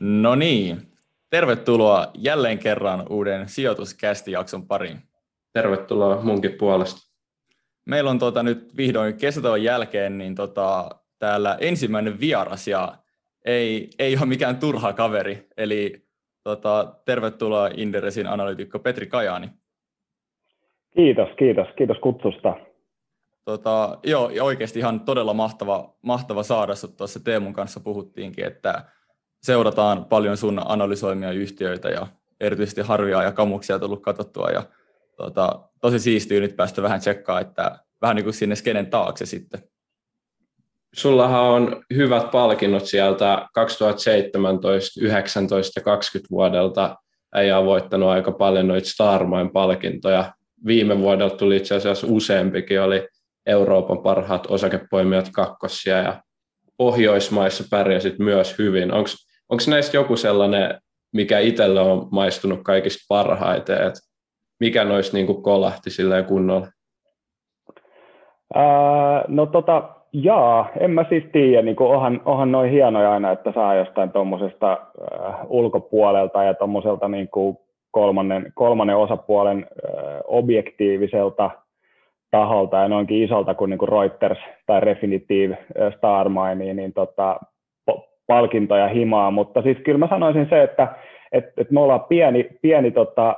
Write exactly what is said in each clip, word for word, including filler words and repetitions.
No niin, tervetuloa jälleen kerran uuden sijoituskästi-jakson pariin. Tervetuloa munkin puolesta. Meillä on tota, nyt vihdoin kesätauon jälkeen niin tota, täällä ensimmäinen vieras ja ei, ei ole mikään turha kaveri. Eli tota, tervetuloa Inderesin analyytikko Petri Kajaani. Kiitos, kiitos, kiitos kutsusta. Tota, joo, oikeasti ihan todella mahtava, mahtava saada sut. Tuossa Teemun kanssa puhuttiinkin, että seurataan paljon sun analysoimia yhtiöitä ja erityisesti Harviaa ja Kamuksia tullut katsottua ja tota, tosi siistiä nyt päästä vähän tsekkaa, että vähän niin kuin sinne skenen taakse sitten. Sullahan on hyvät palkinnot sieltä kaksituhattaseitsemäntoista, yhdeksäntoista ja kaksikymmentä vuodelta. Äijä on voittanut aika paljon noita Starmine-palkintoja. Viime vuodelta tuli itse asiassa useampikin, oli Euroopan parhaat osakepoimijat kakkosia ja Pohjoismaissa pärjäsit myös hyvin. Onko näistä joku sellainen, mikä itselle on maistunut kaikista parhaiten, että mikä noista niin kuin kolahti silleen kunnolla? Ää, no tota, jaa, en mä siis tiedä, niin onhan, onhan noin hienoja aina, että saa jostain tuommoisesta äh, ulkopuolelta ja tuommoiselta niin kuin kolmannen, kolmannen osapuolen äh, objektiiviselta taholta ja noinkin isolta kuin, niin kuin Reuters tai Refinitiv äh, Starmine, niin tota, palkintoja himaa, mutta siis kyllä mä sanoisin se, että et, et me ollaan pieni, pieni tota,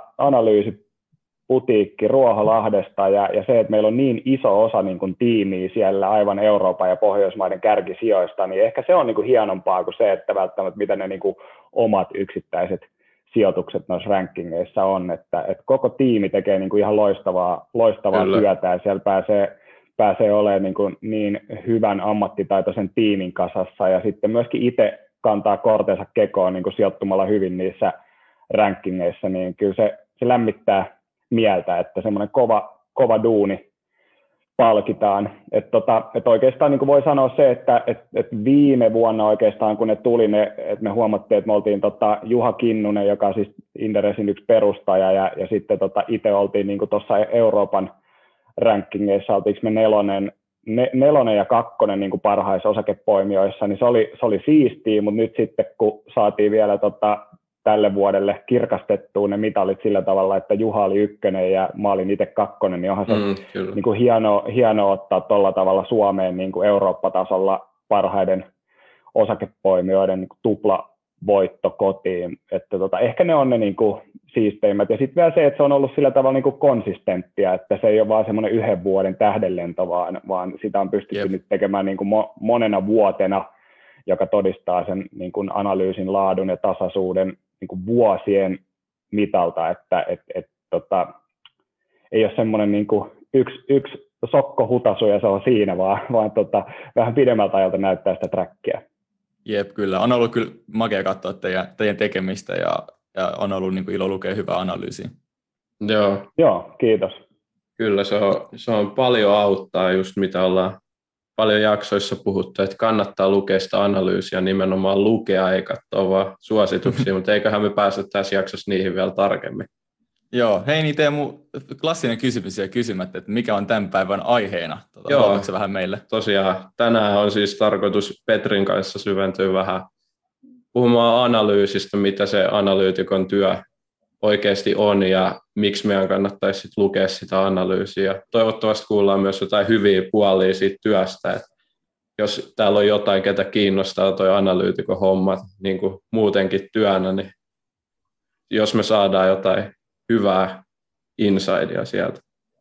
analyysiputiikki Ruoholahdesta ja, ja se, että meillä on niin iso osa niin kuin tiimiä siellä aivan Euroopan ja Pohjoismaiden kärkisijoista, niin ehkä se on niin kuin hienompaa kuin se, että välttämättä mitä ne niin kuin omat yksittäiset sijoitukset noissa rankingeissa on, että, että koko tiimi tekee niin kuin ihan loistavaa, loistavaa työtä ja siellä pääsee pääsee olemaan niin, kuin niin hyvän ammattitaitoisen tiimin kasassa ja sitten myöskin itse kantaa kortensa kekoon niin kuin sijoittumalla hyvin niissä rankingeissa, niin kyllä se, se lämmittää mieltä, että semmoinen kova, kova duuni palkitaan. Että tota, et oikeastaan niin kuin voi sanoa se, että et, et viime vuonna oikeastaan kun ne tuli, ne, että me huomattiin, että me oltiin tota Juha Kinnunen, joka on siis Inderesin yksi perustaja ja, ja sitten tota itse oltiin niin kuin tuossa Euroopan rankingeissa, oltiinko me nelonen, ne, nelonen ja kakkonen niin kuin parhaissa osakepoimijoissa, niin se oli, se oli siistiä, mutta nyt sitten kun saatiin vielä tota, tälle vuodelle kirkastettua ne mitalit sillä tavalla, että Juha oli ykkönen ja mä olin itse kakkonen, niin onhan se mm, niin kuin hieno, hieno ottaa tuolla tavalla Suomeen niin kuin Eurooppa-tasolla parhaiden osakepoimijoiden niin kuin tuplavoitto kotiin, että tota, ehkä ne on ne niin kuin siisteimmät. Ja sitten vielä se, että se on ollut sillä tavalla niin kuin konsistenttia, että se ei ole vaan semmoinen yhden vuoden tähdenlento, vaan, vaan sitä on pystytty yep. nyt tekemään niin kuin mo- monena vuotena, joka todistaa sen niin kuin analyysin laadun ja tasaisuuden niin kuin vuosien mitalta, että et, et, tota, ei ole semmoinen niin kuin yksi, yksi sokkohutasu ja se on siinä, vaan, vaan tota, vähän pidemmältä ajalta näyttää sitä trackia. Jep, kyllä. On ollut kyllä makea katsoa teidän, teidän tekemistä ja Ja on ollut niin kuin ilo lukea hyvää analyysiä. Joo. Joo, kiitos. Kyllä se on, se on paljon auttaa just mitä ollaan paljon jaksoissa puhuttu, että kannattaa lukea sitä analyysiä, nimenomaan lukea, ei katsoa vaan suosituksia, mutta eiköhän me päästä tässä jaksossa niihin vielä tarkemmin. Joo, hei niin Teemu, klassinen kysymys ja kysymättä, että mikä on tämän päivän aiheena? Tuota, Joo, aloitatko vähän meille? Tosiaan, tänään on siis tarkoitus Petrin kanssa syventyä vähän puhumaan analyysistä, mitä se analyytikon työ oikeasti on ja miksi meidän kannattaisi sit lukea sitä analyysiä. Toivottavasti kuullaan myös jotain hyviä puolia siitä työstä. Et jos täällä on jotain, ketä kiinnostaa toi analyytikon hommat niin kuin muutenkin työnä, niin jos me saadaan jotain hyvää insidea sieltä.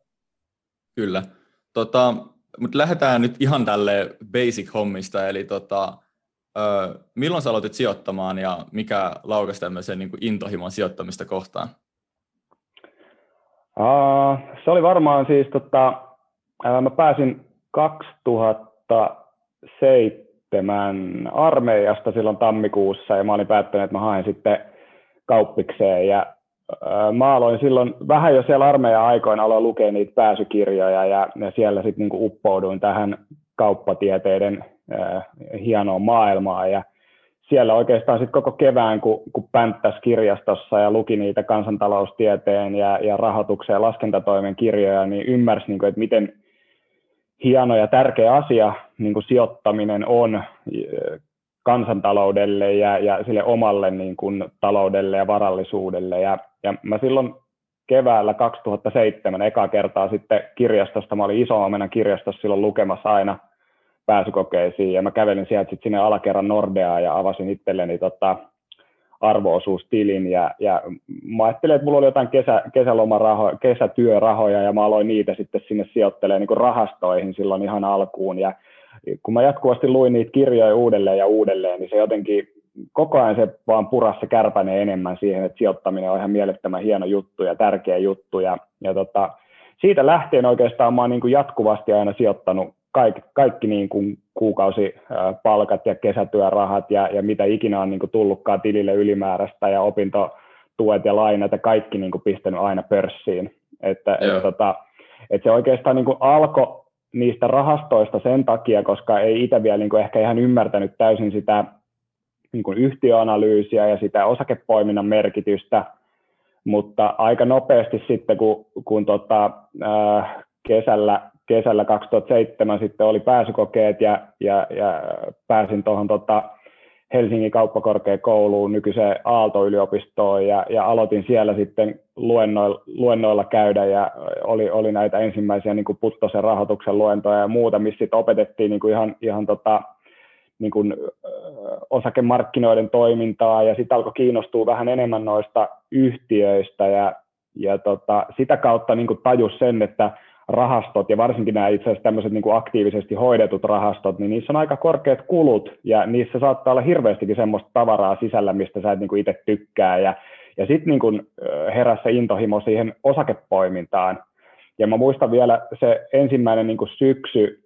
Kyllä. Tota, mutta lähdetään nyt ihan tälle basic-hommista, eli tota, Öö, milloin sä aloitit sijoittamaan ja mikä laukasi tämmöisen niin kuin intohimon sijoittamista kohtaan? Uh, se oli varmaan siis, tota, uh, mä pääsin kaksituhattaseitsemän armeijasta silloin tammikuussa ja mä olin päättänyt, että mä haen sitten kauppikseen ja uh, mä aloin silloin vähän jo siellä armeijan aikoina aloin lukea niitä pääsykirjoja ja, ja siellä sitten niin kuin uppouduin tähän kauppatieteiden hienoa maailmaa ja siellä oikeastaan sitten koko kevään, kun, kun pänttäsi kirjastossa ja luki niitä kansantaloustieteen ja, ja rahoituksen ja laskentatoimen kirjoja, niin ymmärsi, niin kuin, että miten hieno ja tärkeä asia niin kuin sijoittaminen on kansantaloudelle ja, ja sille omalle niin kuin, taloudelle ja varallisuudelle. Ja, ja mä silloin keväällä kaksituhattaseitsemän ekaa kertaa sitten kirjastosta, mä olin Iso-Omenan kirjastossa silloin lukemassa aina pääsykokeisiin, ja mä kävelin sieltä sitten sinne alakerran Nordeaan ja avasin itselleni tota, arvo-osuustilin, ja, ja mä ajattelin, että mulla oli jotain kesä, kesälomarahoja, kesätyörahoja, ja mä aloin niitä sitten sinne sijoittelemaan niin kuin rahastoihin silloin ihan alkuun, ja kun mä jatkuvasti luin niitä kirjoja uudelleen ja uudelleen, niin se jotenkin koko ajan se vaan purasi se kärpäinen enemmän siihen, että sijoittaminen on ihan mielettömän hieno juttu ja tärkeä juttu, ja, ja tota, siitä lähtien oikeastaan mä oon niin kuin jatkuvasti aina sijoittanut kaikki, kaikki niin kuin kuukausipalkat ja kesätyörahat ja, ja mitä ikinä on niin kuin tullutkaan tilille ylimääräistä ja opintotuet ja lainat ja kaikki niin kuin pistänyt aina pörssiin. Että, et, tota, et se oikeastaan niin kuin alkoi niistä rahastoista sen takia, koska ei itse vielä niin kuin ehkä ihan ymmärtänyt täysin sitä niin kuin yhtiöanalyysiä ja sitä osakepoiminnan merkitystä, mutta aika nopeasti sitten, kun, kun tota, äh, kesällä, kesällä kaksituhattaseitsemän sitten oli pääsykokeet ja, ja, ja pääsin tuohon tota Helsingin kauppakorkeakouluun, nykyiseen Aalto-yliopistoon, ja, ja aloitin siellä sitten luennoilla, luennoilla käydä, ja oli, oli näitä ensimmäisiä niin kuin Puttosen rahoituksen luentoja ja muuta, missä sitten opetettiin niin kuin ihan, ihan tota, niin kuin, ö, osakemarkkinoiden toimintaa, ja sitten alkoi kiinnostua vähän enemmän noista yhtiöistä, ja, ja tota, sitä kautta niin kuin tajus sen, että rahastot, ja varsinkin nämä itse asiassa tämmöiset niin kuin aktiivisesti hoidetut rahastot, niin niissä on aika korkeat kulut, ja niissä saattaa olla hirveästikin semmoista tavaraa sisällä, mistä sä et niin kuin itse tykkää, ja, ja sitten niin kuin heräsi se intohimo siihen osakepoimintaan. Ja mä muistan vielä se ensimmäinen niin kuin syksy,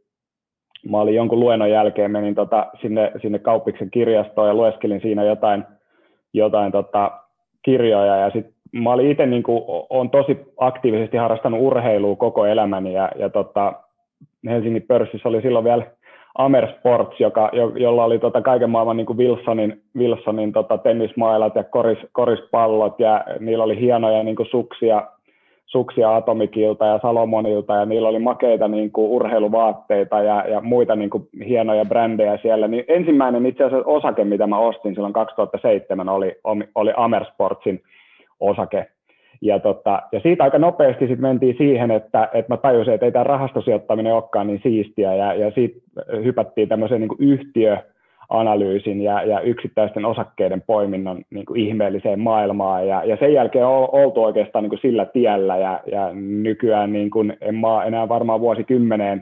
mä olin jonkun luennon jälkeen, menin tota sinne, sinne Kauppiksen kirjastoon ja lueskelin siinä jotain, jotain tota kirjoja, ja sitten mä olin itse niin kuin, olen tosi aktiivisesti harrastanut urheilua koko elämäni, ja, ja tota, Helsingin pörssissä oli silloin vielä Amer Sports, joka, jo, jolla oli tota kaiken maailman niin kuin Wilsonin, Wilsonin tota tennismailat ja koris, korispallot, ja niillä oli hienoja niin kuin suksia, suksia Atomikilta ja Salomonilta, ja niillä oli makeita niin kuin urheiluvaatteita ja, ja muita niin kuin hienoja brändejä siellä. Niin ensimmäinen itse asiassa osake, mitä mä ostin silloin kaksituhattaseitsemän, oli, oli Amer Sportsin osake. Ja, tota, ja siitä aika nopeasti sitten mentiin siihen, että, että mä tajusin, että ei tämä rahastosijoittaminen olekaan niin siistiä, ja, ja siitä hypättiin tämmöiseen niin kuin yhtiöanalyysin ja, ja yksittäisten osakkeiden poiminnan niin kuin ihmeelliseen maailmaan, ja, ja sen jälkeen on oltu oikeastaan niin kuin sillä tiellä, ja, ja nykyään niin kuin en mä enää varmaan vuosikymmeneen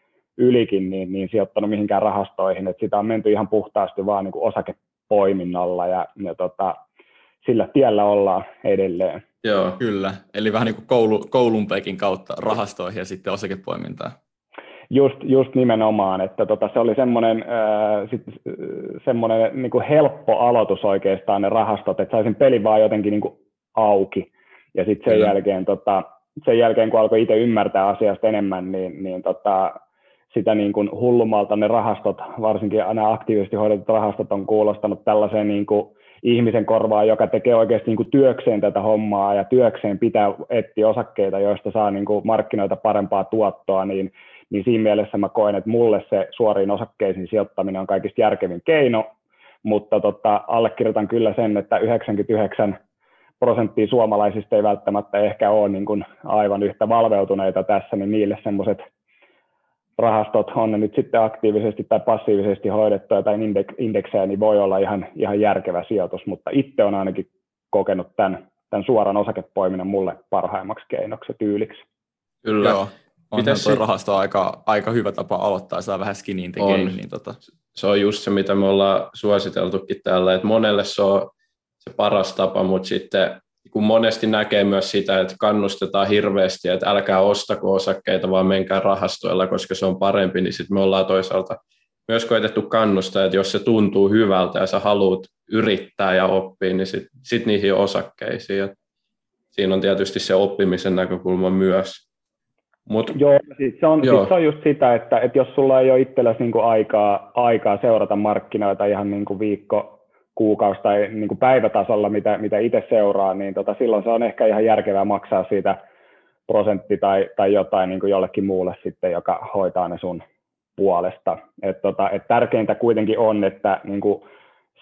ylikin niin, niin sijoittanut mihinkään rahastoihin, että sitä on menty ihan puhtaasti vaan niin kuin osakepoiminnalla, ja, ja tota, sillä tiellä ollaan edelleen. Joo, kyllä. Eli vähän niin kuin koulu, koulunpeikin kautta rahastoihin ja sitten osakepoimintaan. Just, just nimenomaan, että tota, se oli semmoinen, äh, sit, semmoinen niin kuin helppo aloitus oikeastaan ne rahastot, että saisin pelin vaan jotenkin niin kuin auki. Ja sitten sen, jälkeen, tota, sen jälkeen, kun alkoi itse ymmärtää asiasta enemmän, niin, niin tota, sitä niin kuin hullumalta ne rahastot, varsinkin nämä aktiivisesti hoidetut rahastot, on kuulostanut tällaiseen niin kuin ihmisen korvaa, joka tekee oikeasti niin kuin työkseen tätä hommaa ja työkseen pitää etsiä osakkeita, joista saa niin kuin markkinoita parempaa tuottoa, niin, niin siinä mielessä mä koen, että mulle se suoriin osakkeisiin sijoittaminen on kaikista järkevin keino, mutta tota, allekirjoitan kyllä sen, että yhdeksänkymmentäyhdeksän prosenttia suomalaisista ei välttämättä ehkä ole niin kuin aivan yhtä valveutuneita tässä, niin niille semmoiset rahastot, on ne nyt sitten aktiivisesti tai passiivisesti hoidettuja tai indeksejä, niin voi olla ihan, ihan järkevä sijoitus, mutta itse on ainakin kokenut tämän, tämän suoran osakepoiminnan mulle parhaimmaksi keinoksi ja tyyliksi. Kyllä. Joo. Onhan tuo rahasto aika, aika hyvä tapa aloittaa, saa vähän skin in the game. Niin tota. Se on just se, mitä me ollaan suositeltukin täällä, että monelle se on se paras tapa, mutta sitten kun monesti näkee myös sitä, että kannustetaan hirveästi, että älkää ostako osakkeita, vaan menkää rahastoilla, koska se on parempi, niin sitten me ollaan toisaalta myös koetettu kannustaa, että jos se tuntuu hyvältä ja sä haluat yrittää ja oppia, niin sitten sit niihin osakkeisiin. Ja siinä on tietysti se oppimisen näkökulma myös. Mut, joo, siis se, on, joo. Siis se on just sitä, että, että jos sulla ei ole itselläsi niinku aikaa, aikaa seurata markkinoita ihan niinku viikko, kuukausi tai niin kuin päivätasolla, mitä, mitä itse seuraa, niin tota, silloin se on ehkä ihan järkevää maksaa siitä prosentti tai, tai jotain niin kuin jollekin muulle sitten, joka hoitaa ne sun puolesta. Et tota, et tärkeintä kuitenkin on, että niin kuin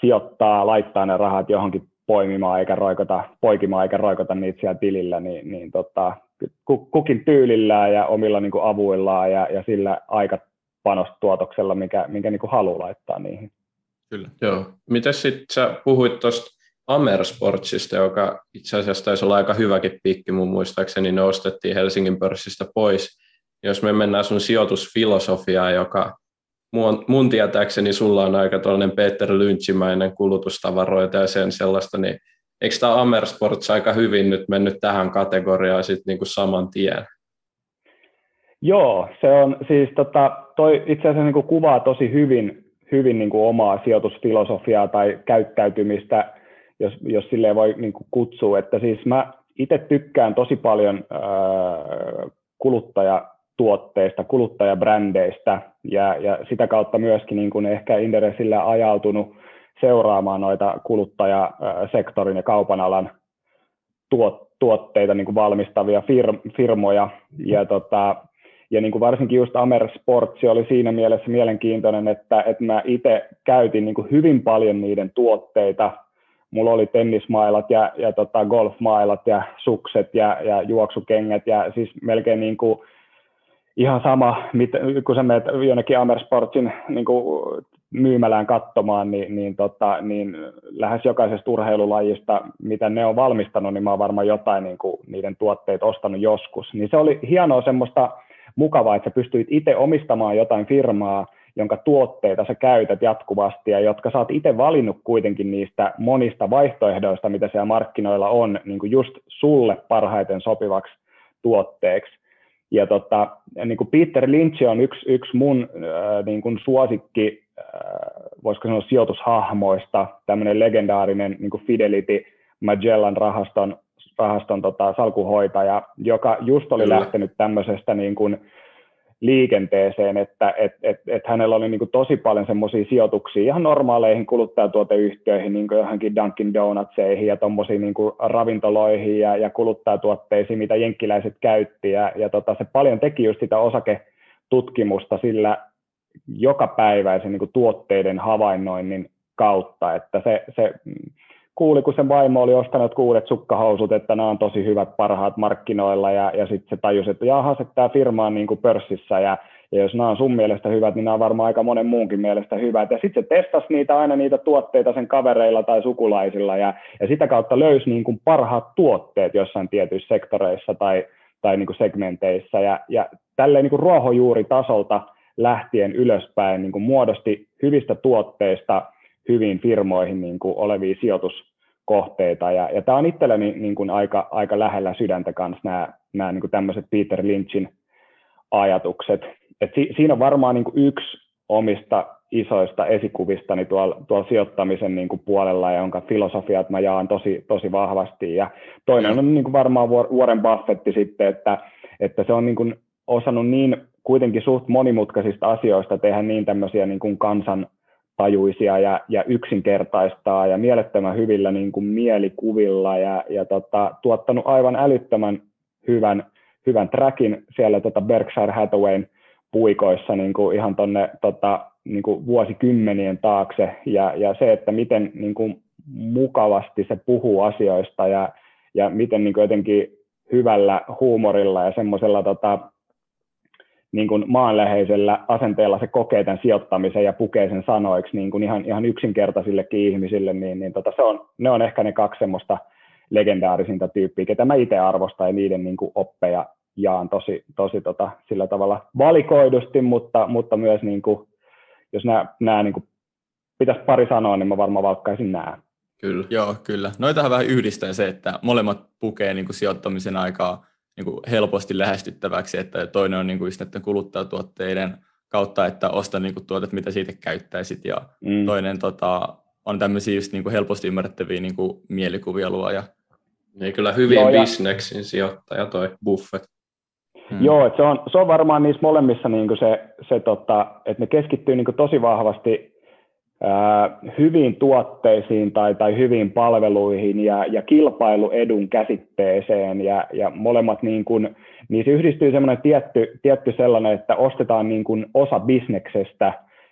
sijoittaa, laittaa ne rahat johonkin poimimaan eikä roikota, poikimaan eikä roikota niitä siellä tilillä, niin, niin tota, kukin tyylillään ja omilla niin kuin avuillaan ja, ja sillä aikapanostuotoksella, mikä, minkä niin kuin haluaa laittaa niihin. Kyllä. Joo. Miten sitten sä puhuit tuosta Amersportsista, joka itse asiassa taisi olla aika hyväkin piikki mun muistaakseni, ne ostettiin Helsingin pörssistä pois. Jos me mennään sun sijoitusfilosofiaan, joka mun, mun tietääkseni sulla on aika tuollainen Peter Lynchimäinen kulutustavaroita ja sen sellaista, niin eikö tämä Amersports aika hyvin nyt mennyt tähän kategoriaan sitten niinku saman tien? Joo, se on siis tota, toi itse asiassa niinku kuvaa tosi hyvin, hyvin niinku omaa sijoitusfilosofiaa tai käyttäytymistä, jos, jos silleen voi niinku kutsua, että siis mä itse tykkään tosi paljon ää, kuluttajatuotteista, kuluttajabrändeistä ja, ja sitä kautta myöskin niin kuin ehkä Inderesillä ajautunut seuraamaan noita kuluttajasektorin ja kaupan alan tuot, tuotteita niin kuin valmistavia fir, firmoja ja, tota, ja niin kuin varsinkin just Amersports oli siinä mielessä mielenkiintoinen, että, että mä itse käytin niin kuin hyvin paljon niiden tuotteita. Mulla oli tennismailat ja, ja tota golfmailat ja sukset ja, ja juoksukengät ja siis melkein niin kuin ihan sama, mit, kun sä menet jonnekin Amersportsin niin kuin myymälään katsomaan, niin, niin, tota, niin lähes jokaisesta urheilulajista, mitä ne on valmistanut, niin mä oon varmaan jotain niin kuin niiden tuotteita ostanut joskus. Niin se oli hienoa semmoista mukavaa, että sä pystyit itse omistamaan jotain firmaa, jonka tuotteita sä käytät jatkuvasti ja jotka sä oot itse valinnut kuitenkin niistä monista vaihtoehdoista, mitä siellä markkinoilla on, niin kuin just sulle parhaiten sopivaksi tuotteeksi. Ja tota, niin kuin Peter Lynch on yksi, yksi mun äh, niin kuin suosikki, äh, voisiko sanoa sijoitushahmoista, tämmöinen legendaarinen niin kuin Fidelity Magellan rahaston, rahaston tota, salkuhoitaja, joka just oli Kyllä. lähtenyt tämmöisestä niin kuin liikenteeseen, että et, et, et hänellä oli niin kuin tosi paljon semmoisia sijoituksia ihan normaaleihin kuluttajatuoteyhtiöihin, niin kuin johonkin Dunkin Donutseihin ja tuommoisiin niin kuin ravintoloihin ja, ja kuluttajatuotteisiin, mitä jenkkiläiset käytti. Ja, ja tota, se paljon teki just sitä osaketutkimusta sillä jokapäiväisen niin kuin tuotteiden havainnoinnin kautta, että se, se kuuli, kun se vaimo oli ostanut uudet sukkahousut, että nämä on tosi hyvät, parhaat markkinoilla, ja, ja sitten se tajusi, että jahas, että tämä firma on niin kuin pörssissä, ja, ja jos nämä on sun mielestä hyvät, niin nämä on varmaan aika monen muunkin mielestä hyvät. Ja sitten se testasi niitä aina niitä tuotteita sen kavereilla tai sukulaisilla, ja, ja sitä kautta löysi niin kuin parhaat tuotteet jossain tietyissä sektoreissa tai, tai niin kuin segmenteissä, ja, ja tälleen niin kuin ruohonjuuritasolta lähtien ylöspäin niin kuin muodosti hyvistä tuotteista hyviin firmoihin niin kuin olevia sijoituskohteita. Ja, ja tämä on itselleni niin kuin aika, aika lähellä sydäntä kanssa nämä, nämä niin kuin tämmöiset Peter Lynchin ajatukset. Et si, siinä on varmaan niin kuin yksi omista isoista esikuvistani tuolla, tuolla sijoittamisen niin kuin puolella, jonka filosofiat mä jaan tosi, tosi vahvasti. Ja toinen on niin kuin varmaan Warren Buffett sitten, että, että se on niin kuin osannut niin kuitenkin suht monimutkaisista asioista tehdä niin tämmöisiä niin kuin kansan tajuisia ja, ja yksinkertaistaa ja mielettömän hyvillä niin kuin mielikuvilla ja, ja tota, tuottanut aivan älyttömän hyvän, hyvän trackin siellä tota Berkshire Hathawayn puikoissa niin kuin ihan tuonne tota, niin kuin vuosikymmenien taakse ja, ja se, että miten niin kuin mukavasti se puhuu asioista ja, ja miten niin kuin jotenkin hyvällä huumorilla ja semmoisella tota, niin kuin maanläheisellä asenteella se kokee tämän sijoittamisen ja pukee sen sanoiksi niin kuin ihan, ihan yksinkertaisillekin ihmisille, niin, niin tota, se on, ne on ehkä ne kaksi semmoista legendaarisinta tyyppiä, ketä mä itse arvostan ja niiden niin kuin oppeja jaan tosi, tosi tota, sillä tavalla valikoidusti, mutta, mutta myös niin kuin, jos nämä, nämä niin kuin pitäisi pari sanoa, niin mä varmaan valkkaisin nämä. Kyllä. Joo, kyllä. Noitahan vähän yhdistää se, että molemmat pukee niin kuin sijoittamisen aikaa niin kuin helposti lähestyttäväksi, että toinen on niin kuin just näiden kuluttajatuotteiden kautta, että osta niin kuin tuotet, mitä siitä käyttäisit, ja mm. toinen tota, on tämmöisiä just niin kuin helposti ymmärrettäviä niin kuin mielikuvia luoja. Niin kyllä hyvin Joo, bisneksin ja sijoittaja toi Buffett. Hmm. Joo, että se on, se on varmaan niissä molemmissa niin kuin se, se tota, että ne keskittyy niin kuin tosi vahvasti ää, hyviin tuotteisiin tai, tai hyviin palveluihin ja, ja kilpailuedun käsitteeseen ja, ja molemmat niin kuin, niissä yhdistyy semmoinen tietty, tietty sellainen, että ostetaan niin kuin osa bisneksestä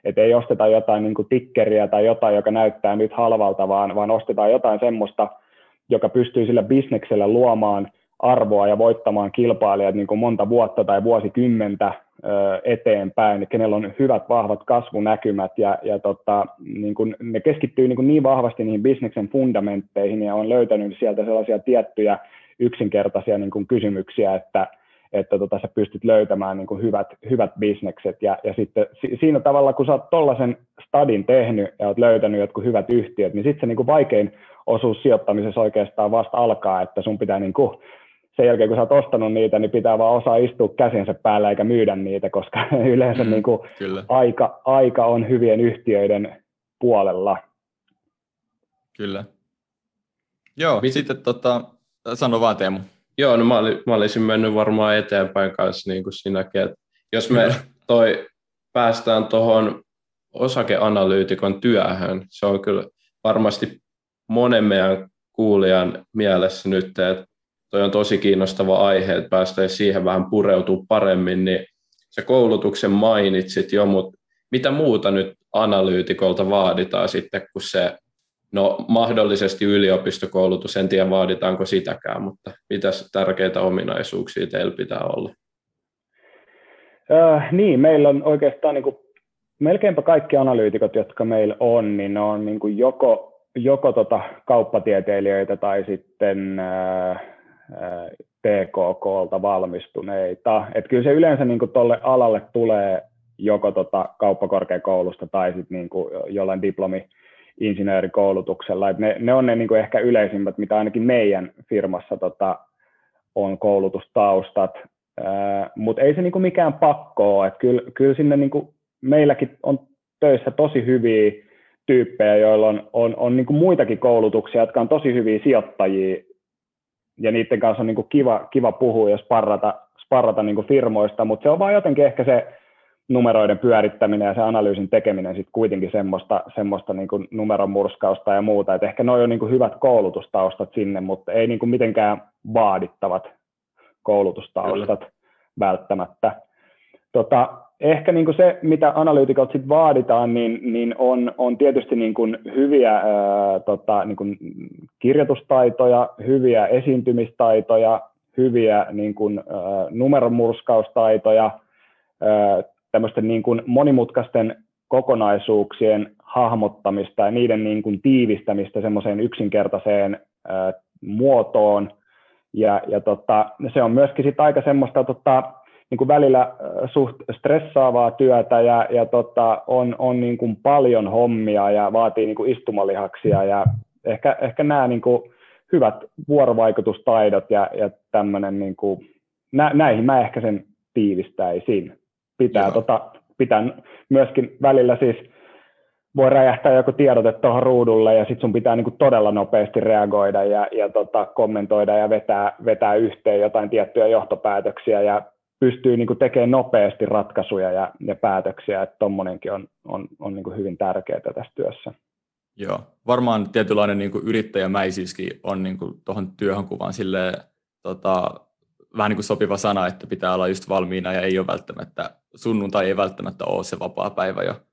et ei osteta jotain niin kuin tikkeriä tai jotain, joka näyttää nyt halvalta, vaan, vaan ostetaan jotain semmoista, joka pystyy sillä bisneksellä luomaan arvoa ja voittamaan kilpailijat niin kuin monta vuotta tai vuosikymmentä eteenpäin, kenellä on hyvät vahvat kasvunäkymät ja, ja tota, niin kun ne keskittyy niin, niin vahvasti niihin bisneksen fundamentteihin ja on löytänyt sieltä sellaisia tiettyjä yksinkertaisia niin kun kysymyksiä, että, että tota, sä pystyt löytämään niin kun hyvät, hyvät bisnekset ja, ja sitten siinä tavalla, kun sä oot tollaisen stadin tehnyt ja oot löytänyt jotkut hyvät yhtiöt, niin sitten se niin kun vaikein osuus sijoittamisessa oikeastaan vasta alkaa, että sun pitää niin kun sen jälkeen, kun sä oot ostanut niitä, niin pitää vaan osaa istua käsiensä päällä eikä myydä niitä, koska yleensä mm, niin kuin aika, aika on hyvien yhtiöiden puolella. Kyllä. Joo, Mit... sitten tota, sano vaan Teemu. Joo, no mä, oli, mä olisin mennyt varmaan eteenpäin kanssa niin kuin sinäkin, että jos me toi, päästään tuohon osakeanalyytikon työhön, se on kyllä varmasti monen meidän kuulijan mielessä nyt, että toi on tosi kiinnostava aihe, että päästään siihen vähän pureutua paremmin, niin sä koulutuksen mainitsit jo, mutta mitä muuta nyt analyytikolta vaaditaan sitten, kun se, no mahdollisesti yliopistokoulutus, en tiedä vaaditaanko sitäkään, mutta mitäs tärkeitä ominaisuuksia teillä pitää olla? Äh, niin, meillä on oikeastaan niin kuin, melkeinpä kaikki analyytikot, jotka meillä on, niin ne on niin kuin joko, joko tota kauppatieteilijöitä tai sitten äh, T K K:lta valmistuneita. Et kyllä se yleensä niin tuolle alalle tulee joko tota kauppakorkeakoulusta tai sitten niin jollain diplomi-insinöörikoulutuksella. Et ne, ne on ne niin ehkä yleisimmät, mitä ainakin meidän firmassa tota, on koulutustaustat. Mutta ei se niin mikään pakko ole. Et kyllä, kyllä sinne niin meilläkin on töissä tosi hyviä tyyppejä, joilla on, on, on niin muitakin koulutuksia, jotka on tosi hyviä sijoittajia. Ja niiden kanssa on niin kuin kiva, kiva puhua ja sparrata, sparrata niin kuin firmoista, mutta se on vaan jotenkin ehkä se numeroiden pyörittäminen ja se analyysin tekeminen sitten kuitenkin semmoista, semmoista niin kuin numeron murskausta ja muuta. Et ehkä noi on niin kuin hyvät koulutustaustat sinne, mutta ei niin kuin mitenkään vaadittavat koulutustaustat Kyllä. välttämättä. Tota, ehkä niin kuin se, mitä analyytikolta sit vaaditaan, niin, niin on, on tietysti niin kuin hyviä ää, tota, niin kuin kirjoitustaitoja, hyviä esiintymistaitoja, hyviä niin kuin, ää, numeronmurskaustaitoja, ää, tämmöisten niin kuin monimutkaisten kokonaisuuksien hahmottamista ja niiden niin kuin tiivistämistä semmoiseen yksinkertaiseen ää, muotoon. Ja, ja tota, se on myöskin sit aika semmoista tota, niin kuin välillä suht stressaavaa työtä ja, ja tota, on, on niin kuin paljon hommia ja vaatii niin kuin istumalihaksia ja ehkä, ehkä nämä niin kuin hyvät vuorovaikutustaidot ja, ja tämmöinen, niin kuin, nä, näihin mä ehkä sen tiivistäisin. Pitää, tota, pitää myöskin välillä siis, voi räjähtää joku tiedote tuohon ruudulle ja sitten sun pitää niin kuin todella nopeasti reagoida ja, ja tota, kommentoida ja vetää, vetää yhteen jotain tiettyjä johtopäätöksiä ja pystyy niin kuin tekemään nopeasti ratkaisuja ja, ja päätöksiä, että tommonenkin on, on, on niin kuin hyvin tärkeää tässä työssä. Joo, varmaan tietynlainen niin kuin yrittäjämäisyyskin on niin kuin tuohon työhön kuvaan silleen, tota, vähän niin kuin sopiva sana, että pitää olla just valmiina ja ei ole välttämättä, sunnuntai ei välttämättä ole se vapaa päivä jo.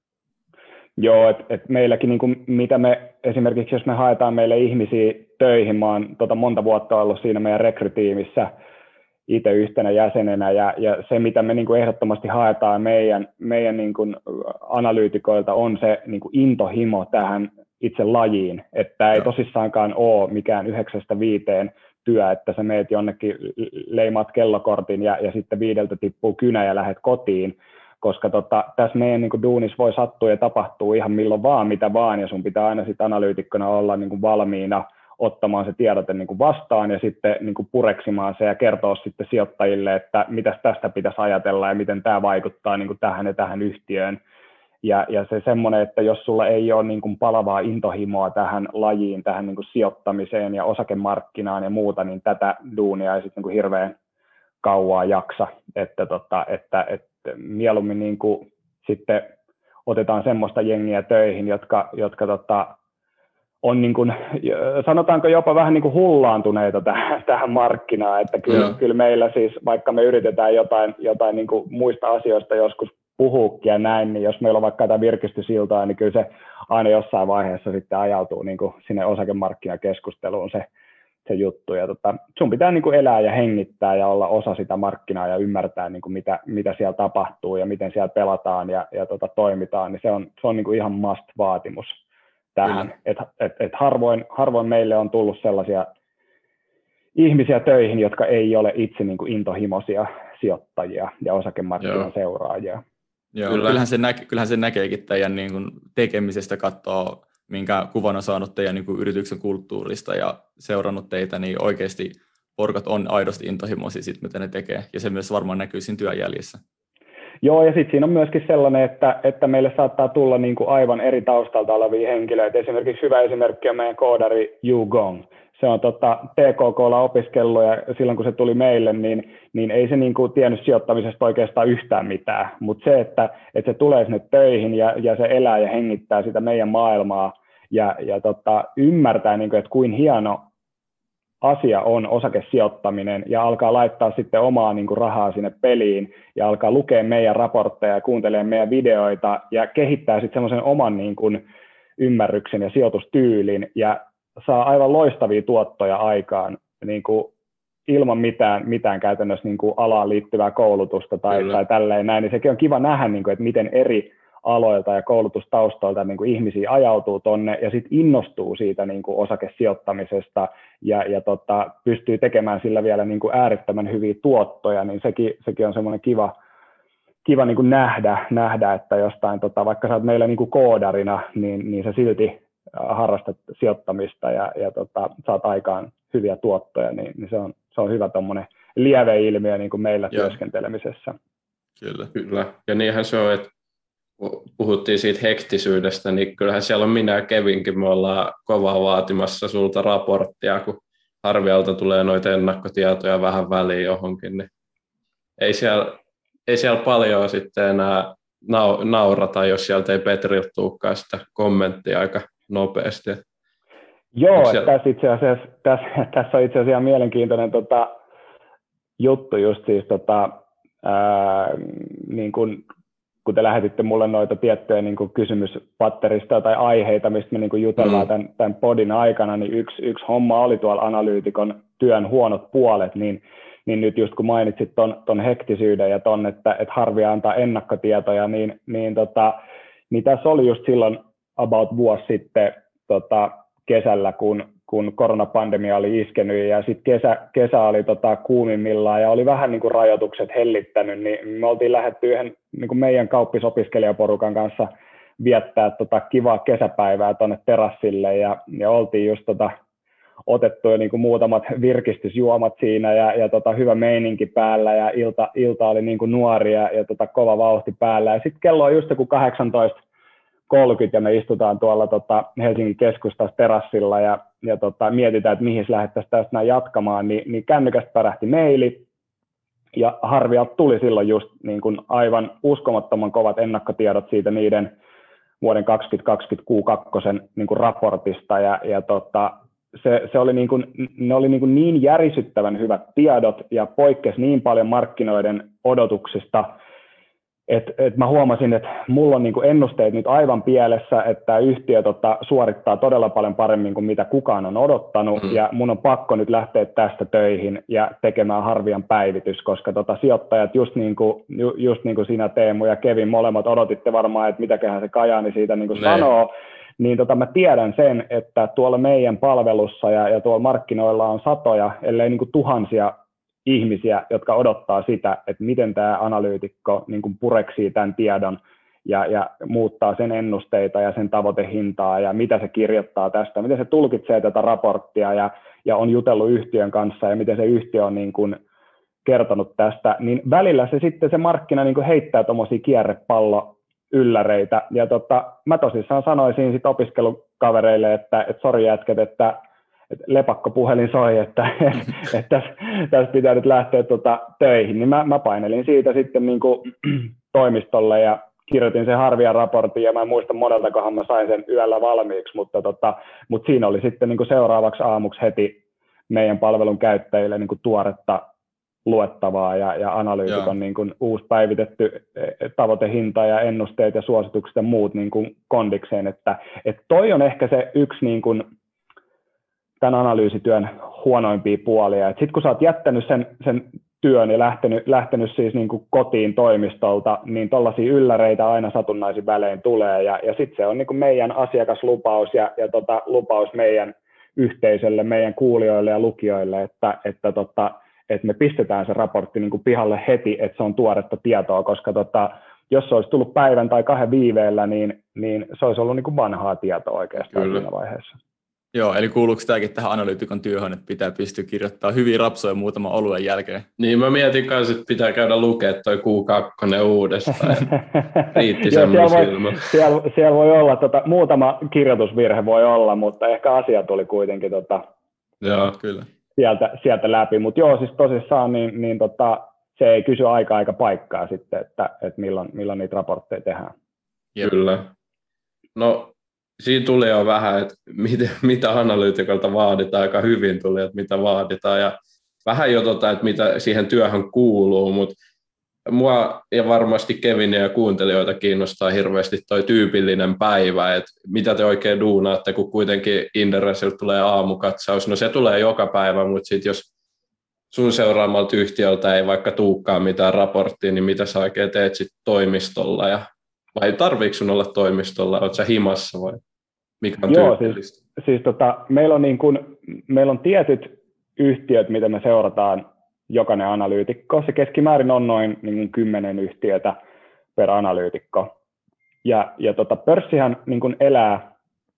Joo, että et meilläkin, niin kuin, mitä me esimerkiksi jos me haetaan meille ihmisiä töihin, mä oon tota, monta vuotta ollut siinä meidän rekrytiimissä itse yhtenä jäsenenä, ja, ja se mitä me niin kuin ehdottomasti haetaan meidän, meidän niin kuin analyytikoilta on se niin kuin intohimo tähän itse lajiin, että ei tosissaankaan ole mikään yhdeksästä viiteen työ, että sä meet jonnekin, leimaat kellokortin ja, ja sitten viideltä tippuu kynä ja lähdet kotiin, koska tota, tässä meidän niin kuin duunissa voi sattua ja tapahtuu ihan milloin vaan, mitä vaan, ja sun pitää aina sitten analyytikkona olla niin kuin valmiina ottamaan se tiedote niin kuin vastaan ja sitten niin kuin pureksimaan se ja kertoa sitten sijoittajille, että mitä tästä pitäisi ajatella ja miten tämä vaikuttaa niin kuin tähän ja tähän yhtiöön. Ja, ja se semmoinen, että jos sulla ei ole niin kuin palavaa intohimoa tähän lajiin, tähän niin kuin sijoittamiseen ja osakemarkkinaan ja muuta, niin tätä duunia ei sitten niin kuin hirveän kauaa jaksa, että, tota, että, että mieluummin niin kuin sitten otetaan semmoista jengiä töihin, jotka, jotka tota, on niin kuin, sanotaanko jopa vähän niin kuin hullaantuneita tähän, tähän markkinaan, että kyllä, kyllä meillä siis, vaikka me yritetään jotain, jotain niin kuin muista asioista joskus puhuukin ja näin, niin jos meillä on vaikka jotain virkistysiltaa, niin kyllä se aina jossain vaiheessa sitten ajautuu niin kuin sinne osakemarkkinakeskusteluun se, se juttu. Ja tota, sun pitää niin kuin elää ja hengittää ja olla osa sitä markkinaa ja ymmärtää, niin kuin mitä, mitä siellä tapahtuu ja miten siellä pelataan ja, ja tota, toimitaan, niin se on, se on niin kuin ihan must-vaatimus tähän. Et, et, et harvoin, harvoin meille on tullut sellaisia ihmisiä töihin, jotka ei ole itse niin kuin intohimoisia sijoittajia ja osakemarkkinan Joo. seuraajia. Joo, Kyllä. kyllähän, se näke, kyllähän se näkeekin teidän niin kuin tekemisestä, katsoo, minkä kuvan on saanut teidän niin kuin yrityksen kulttuurista ja seurannut teitä, niin oikeasti porkat on aidosti intohimoisia siitä, mitä ne tekee, ja se myös varmaan näkyy siinä työnjäljissä. Joo, ja sitten siinä on myöskin sellainen, että, että meille saattaa tulla niin kuin aivan eri taustalta olevia henkilöitä. Esimerkiksi hyvä esimerkki on meidän koodari Yu Gong. Se on tota, T K K:lla opiskellut ja silloin kun se tuli meille, niin, niin ei se niin kuin tiennyt sijoittamisesta oikeastaan yhtään mitään. Mutta se, että, että se tulee sinne töihin ja, ja se elää ja hengittää sitä meidän maailmaa ja, ja tota, ymmärtää, niin kuin, että kuin hieno asia on osakesijoittaminen ja alkaa laittaa sitten omaa niin kuin rahaa sinne peliin ja alkaa lukea meidän raportteja ja kuuntelee meidän videoita ja kehittää sitten semmoisen oman niin kuin ymmärryksen ja sijoitustyylin ja saa aivan loistavia tuottoja aikaan niin kuin ilman mitään, mitään käytännössä niin kuin alaan liittyvää koulutusta tai, tai tälleen näin, niin sekin on kiva nähdä, niin kuin, että miten eri aloilta ja koulutustaustoilta niin kuin ihmisiä ajautuu tonne ja sitten innostuu siitä niin kuin osakesijoittamisesta ja, ja tota, pystyy tekemään sillä vielä niin kuin äärettömän hyviä tuottoja, niin sekin, sekin on semmoinen kiva, kiva niin kuin nähdä, nähdä, että jostain, tota, vaikka sä oot meillä niin kuin koodarina, niin, niin sä silti harrastat sijoittamista ja, ja tota, saat aikaan hyviä tuottoja, niin, niin se, on, se on hyvä tuommoinen lieveilmiö niin kuin meillä Joo. työskentelemisessä. Kyllä. Kyllä. Ja niinhän se on, että puhuttiin siitä hektisyydestä, niin kyllähän siellä on minä ja Kevinkin, me ollaan kovaa vaatimassa sulta raporttia, kun Harvialta tulee noita ennakkotietoja vähän väliin johonkin, niin ei siellä, ei siellä paljon sitten enää naurata, jos sieltä ei Petriltä tulekaan sitä kommenttia aika nopeasti. Joo, siellä... tässä, itse asiassa, tässä, tässä on itse asiassa mielenkiintoinen tota, juttu just siis, tota, ää, niin kun, kun te lähetitte mulle noita tiettyjä niin kun kysymyspatterista tai aiheita, mistä me niin kun jutellaan mm. tämän, tämän podin aikana, niin yksi, yksi homma oli tuolla analyytikon työn huonot puolet, niin, niin nyt just kun mainitsit ton, ton hektisyyden ja ton, että, että Harvia antaa ennakkotietoja, niin, niin, tota, niin tässä oli just silloin about vuosi sitten tota, kesällä, kun, kun koronapandemia oli iskenyt ja sitten kesä, kesä oli tota, kuumimmillaan ja oli vähän niin kuin rajoitukset hellittänyt, niin me oltiin lähdetty yhden niin kuin meidän kauppisopiskelijaporukan kanssa viettää tota, kivaa kesäpäivää tuonne terassille ja, ja oltiin just tota, otettu jo niin kuin muutamat virkistysjuomat siinä ja, ja tota, hyvä meininki päällä ja ilta, ilta oli niin kuin nuoria ja tota, kova vauhti päällä ja sitten kello on just joku kahdeksantoista kolmekymmentä ja me istutaan tuolla tota, Helsingin keskustassa terassilla ja, ja tota, mietitään, että mihin lähdettäisiin tästä näin jatkamaan, niin, niin kännykästä pärähti meili ja Harvialta tuli silloin just niin kuin aivan uskomattoman kovat ennakkotiedot siitä niiden vuoden kaksituhattakaksikymmentä Q kaksi niin kuin raportista ja, ja tota, se, se oli niin kuin, ne oli niin, kuin niin järisyttävän hyvät tiedot ja poikkesi niin paljon markkinoiden odotuksista, että et mä huomasin, että mulla on niinku ennusteet nyt aivan pielessä, että tämä yhtiö tota, suorittaa todella paljon paremmin kuin mitä kukaan on odottanut, mm. ja mun on pakko nyt lähteä tästä töihin ja tekemään Harvian päivitys, koska tota, sijoittajat, just niin, kuin, ju, just niin kuin sinä Teemu ja Kevin, molemmat odotitte varmaan, että mitäköhän se Kajaani siitä niin kuin sanoo, niin tota, mä tiedän sen, että tuolla meidän palvelussa ja, ja tuolla markkinoilla on satoja, ellei niin kuin tuhansia ihmisiä, jotka odottaa sitä, että miten tämä analyytikko niin kuin pureksii tämän tiedon ja, ja muuttaa sen ennusteita ja sen tavoitehintaa ja mitä se kirjoittaa tästä, miten se tulkitsee tätä raporttia ja, ja on jutellut yhtiön kanssa ja miten se yhtiö on niin kuin kertonut tästä, niin välillä se sitten se markkina niin kuin heittää tuommoisia kierrepalloylläreitä ja tota, mä tosissaan sanoisin sitten opiskelukavereille, että, että sori jätket, että että lepakkopuhelin soi, että, että tässä, tässä pitää nyt lähteä tuota töihin, niin mä, mä painelin siitä sitten niin kuin toimistolle ja kirjoitin sen Harvian raportin ja mä en muista moneltakohan mä sain sen yöllä valmiiksi, mutta, tota, mutta siinä oli sitten niin kuin seuraavaksi aamuksi heti meidän palvelun käyttäjille niin kuin tuoretta luettavaa ja, ja analyytikon niin kuin uusi päivitetty tavoitehinta ja ennusteet ja suositukset ja muut niin kuin kondikseen, että, että toi on ehkä se yksi niin kuin tämän analyysityön huonoimpia puolia. Sitten kun sä oot jättänyt sen, sen työn ja lähtenyt, lähtenyt siis niin kuin kotiin toimistolta, niin tollaisia ylläreitä aina satunnaisin välein tulee, ja, ja sitten se on niin kuin meidän asiakaslupaus ja, ja tota, lupaus meidän yhteisölle, meidän kuulijoille ja lukijoille, että, että, tota, että me pistetään se raportti niin kuin pihalle heti, että se on tuoretta tietoa, koska tota, jos se olisi tullut päivän tai kahden viiveellä, niin, niin se olisi ollut niin kuin vanhaa tietoa oikeastaan Kyllä. siinä vaiheessa. Joo, eli kuuluuko tämäkin tähän analyytikon työhön, että pitää pystyä kirjoittamaan hyviä rapsoja muutaman oluen jälkeen? Niin, mä mietin kanssa, että pitää käydä lukea toi Q kaksi uudestaan. Riitti Joo, semmoinen siellä, silmä. voi, siellä, siellä voi olla, tota, muutama kirjoitusvirhe voi olla, mutta ehkä asia tuli kuitenkin tota, joo, kyllä. Sieltä, sieltä läpi. Mutta joo, siis tosissaan niin, niin tota, se ei kysy aikaa eikä paikkaa sitten, että, että milloin, milloin niitä raportteja tehdään. Kyllä. No, siinä tuli jo vähän, että mitä, mitä analyytikolta vaaditaan, aika hyvin tuli, että mitä vaaditaan, ja vähän jo tota, että mitä siihen työhön kuuluu, mutta mua ja varmasti Kevinia ja kuuntelijoita kiinnostaa hirveästi toi tyypillinen päivä, että mitä te oikein duunaatte, kun kuitenkin Inderesiltä tulee aamukatsaus, no se tulee joka päivä, mutta sitten jos sun seuraamalta yhtiöltä ei vaikka tuukaan mitään raporttia, niin mitä sä oikein teet sitten toimistolla, ja vai tarviiko sun olla toimistolla, oot sä himassa vai mikä on Joo, tyypillistä? Siis, siis tota, meillä, on niin kun, meillä on tietyt yhtiöt, mitä me seurataan jokainen analyytikko. Se keskimäärin on noin niin kuin kymmenen yhtiötä per analyytikko. Ja, ja tota, pörssihän niin kuin elää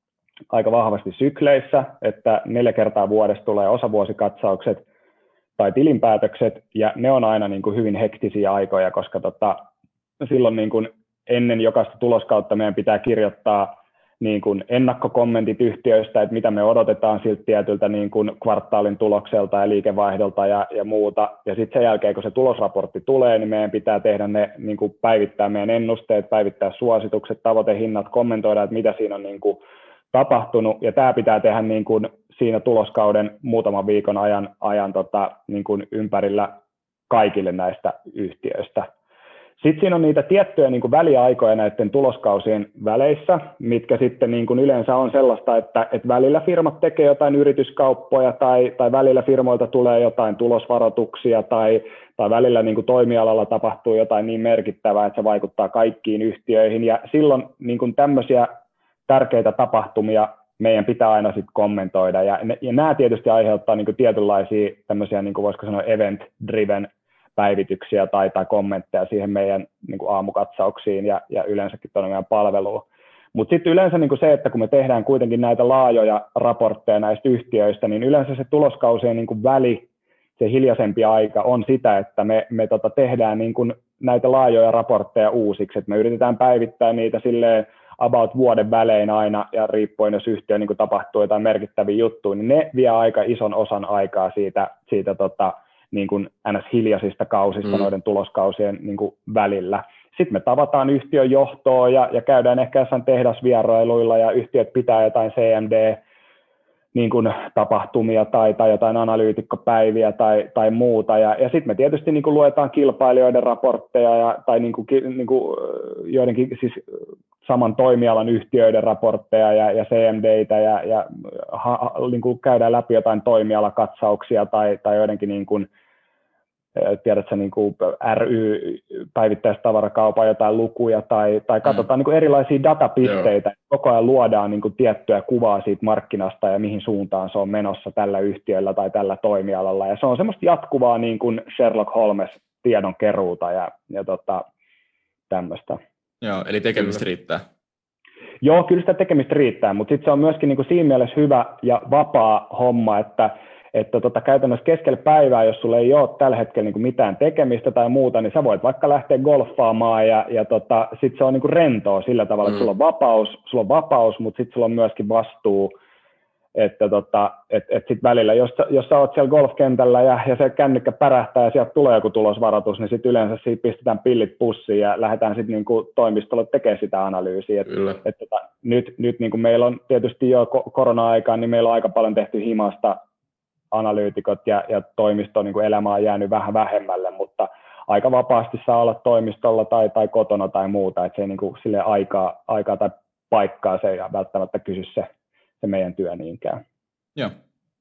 aika vahvasti sykleissä, että neljä kertaa vuodessa tulee osavuosikatsaukset tai tilinpäätökset, ja ne on aina niin kuin hyvin hektisiä aikoja, koska tota, silloin niin kuin ennen jokaista tuloskautta meidän pitää kirjoittaa niin kuin ennakkokommentit yhtiöistä, että mitä me odotetaan siltä tietyltä niin kuin kvartaalin tulokselta ja liikevaihdolta ja, ja muuta. Ja sitten sen jälkeen, kun se tulosraportti tulee, niin meidän pitää tehdä ne, niin kuin päivittää meidän ennusteet, päivittää suositukset, tavoitehinnat, kommentoida, että mitä siinä on niin kuin tapahtunut. Ja tämä pitää tehdä niin kuin siinä tuloskauden muutaman viikon ajan, ajan tota, niin kuin ympärillä kaikille näistä yhtiöistä. Sitten siinä on niitä tiettyjä niin kuin väliaikoja näiden tuloskausien väleissä, mitkä sitten niin kuin yleensä on sellaista, että, että välillä firmat tekee jotain yrityskauppoja tai, tai välillä firmoilta tulee jotain tulosvaroituksia tai, tai välillä niin kuin toimialalla tapahtuu jotain niin merkittävää, että se vaikuttaa kaikkiin yhtiöihin. Ja silloin niin kuin tämmöisiä tärkeitä tapahtumia meidän pitää aina sitten kommentoida. Ja, ja nämä tietysti aiheuttaa niin kuin tietynlaisia tämmöisiä, niin kuin voisiko sanoa event-driven päivityksiä tai, tai kommentteja siihen meidän niin kuin aamukatsauksiin ja, ja yleensäkin tuonne meidän palveluun. Mutta sitten yleensä niin kuin se, että kun me tehdään kuitenkin näitä laajoja raportteja näistä yhtiöistä, niin yleensä se tuloskausien niin kuin väli, se hiljaisempi aika on sitä, että me, me tota tehdään niin kuin näitä laajoja raportteja uusiksi, että me yritetään päivittää niitä silleen about vuoden välein aina, ja riippuen jos yhtiö niin kuin tapahtuu jotain merkittäviä juttuja, niin ne vie aika ison osan aikaa siitä, siitä tota, niin kuin ns. Hiljaisista kausista mm. noiden tuloskausien niin kuin välillä. Sitten me tavataan yhtiön johtoa ja, ja käydään ehkä jossain tehdasvierailuilla ja yhtiöt pitää jotain C M D niin kuin tapahtumia tai, tai jotain analyytikkopäiviä tai, tai muuta. Ja, ja sitten me tietysti niin kuin luetaan kilpailijoiden raportteja ja, tai niin kuin, niin kuin joidenkin siis saman toimialan yhtiöiden raportteja ja, ja C M D:itä ja, ja ha, niin kuin käydään läpi jotain toimialakatsauksia tai, tai joidenkin niin kuin, tiedätkö, niin kuin R Y-päivittäistavarakaupan jotain lukuja tai, tai katsotaan mm. niin kuin erilaisia datapisteitä. Joo. Koko ajan luodaan niin kuin tiettyä kuvaa siitä markkinasta ja mihin suuntaan se on menossa tällä yhtiöllä tai tällä toimialalla. Ja se on semmoista jatkuvaa niin kuin Sherlock Holmes tiedon keruuta ja, ja tota, tämmöistä. Joo, eli tekemistä riittää. Joo, kyllä sitä tekemistä riittää, mutta sitten se on myöskin niin kuin siinä mielessä hyvä ja vapaa homma, että että tota, käytännössä keskellä päivää, jos sulla ei ole tällä hetkellä niin kuin mitään tekemistä tai muuta, niin sä voit vaikka lähteä golfaamaan ja, ja tota, sitten se on niin kuin rentoa sillä tavalla, mm. että sulla on vapaus, sulla on vapaus, mutta sitten sulla on myöskin vastuu, että tota, et, et sit välillä, jos, jos sä oot siellä golfkentällä ja, ja se kännykkä pärähtää ja sieltä tulee joku tulosvaroitus, niin sitten yleensä siitä pistetään pillit pussiin ja lähdetään sitten niin kuin toimistolle tekemään sitä analyysiä. Et, et, tota, nyt nyt niin kuin meillä on tietysti jo korona-aikaan, niin meillä on aika paljon tehty himasta analyytikot ja, ja toimiston niin kuin elämä on jäänyt vähän vähemmälle, mutta aika vapaasti saa olla toimistolla tai, tai kotona tai muuta, että se ei niin kuin sille aikaa, aikaa tai paikkaa se ei välttämättä kysy se, se meidän työ niinkään. Joo.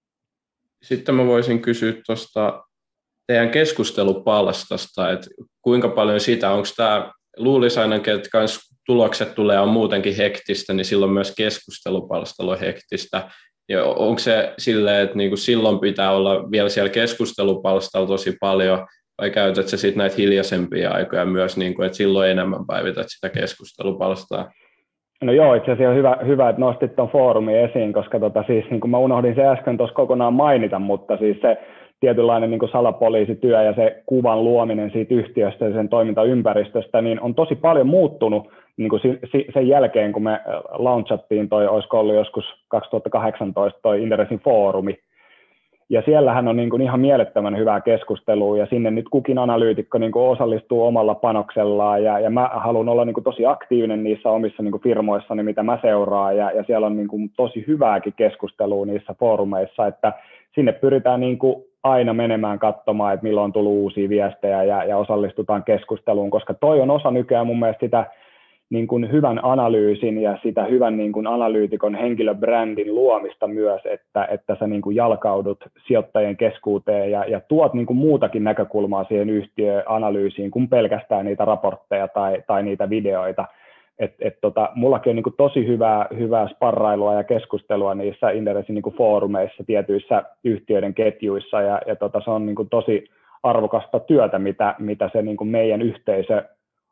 Sitten mä voisin kysyä tuosta teidän keskustelupalstasta, että kuinka paljon sitä, onko tämä, luulisi ainakin, että kans tulokset tulee on muutenkin hektistä, niin silloin myös keskustelupalstalla on hektistä. Ja onko se silleen, että niinku silloin pitää olla vielä siellä keskustelupalstalla tosi paljon, vai käytät sä sitten näitä hiljaisempia aikoja myös, niinku, että silloin enemmän päivität sitä keskustelupalstaa? No joo, itse asiassa on hyvä, hyvä että nostit tuon foorumin esiin, koska tota, siis, niin kuin mä unohdin se äsken tuossa kokonaan mainita, mutta siis se tietynlainen niin kuin salapoliisityö ja se kuvan luominen siitä yhtiöstä ja sen toimintaympäristöstä, niin on tosi paljon muuttunut niin kuin sen jälkeen, kun me launchattiin toi, olisiko ollut joskus kaksituhattakahdeksantoista toi Inderesin foorumi. Ja siellähän on niin kuin ihan mielettömän hyvää keskustelua, ja sinne nyt kukin analyytikko niin kuin osallistuu omalla panoksellaan, ja, ja mä haluan olla niin kuin tosi aktiivinen niissä omissa niin kuin firmoissani, mitä mä seuraan, ja, ja siellä on niin kuin tosi hyvääkin keskustelua niissä foorumeissa, että sinne pyritään niin kuin aina menemään katsomaan, että milloin on tullut uusia viestejä, ja, ja osallistutaan keskusteluun, koska toi on osa nykyään mun mielestä sitä niin kuin hyvän analyysin ja sitä hyvän niin kuin analyytikon henkilöbrändin luomista myös, että, että sä niin kuin jalkaudut sijoittajien keskuuteen ja, ja tuot niin kuin muutakin näkökulmaa siihen yhtiöanalyysiin kuin pelkästään niitä raportteja tai, tai niitä videoita. Et, et tota, mullakin on niin kuin tosi hyvää, hyvää sparrailua ja keskustelua niissä Inderesin niin kuin foorumeissa, tietyissä yhtiöiden ketjuissa, ja, ja tota, se on niin kuin tosi arvokasta työtä, mitä, mitä se niin kuin meidän yhteisö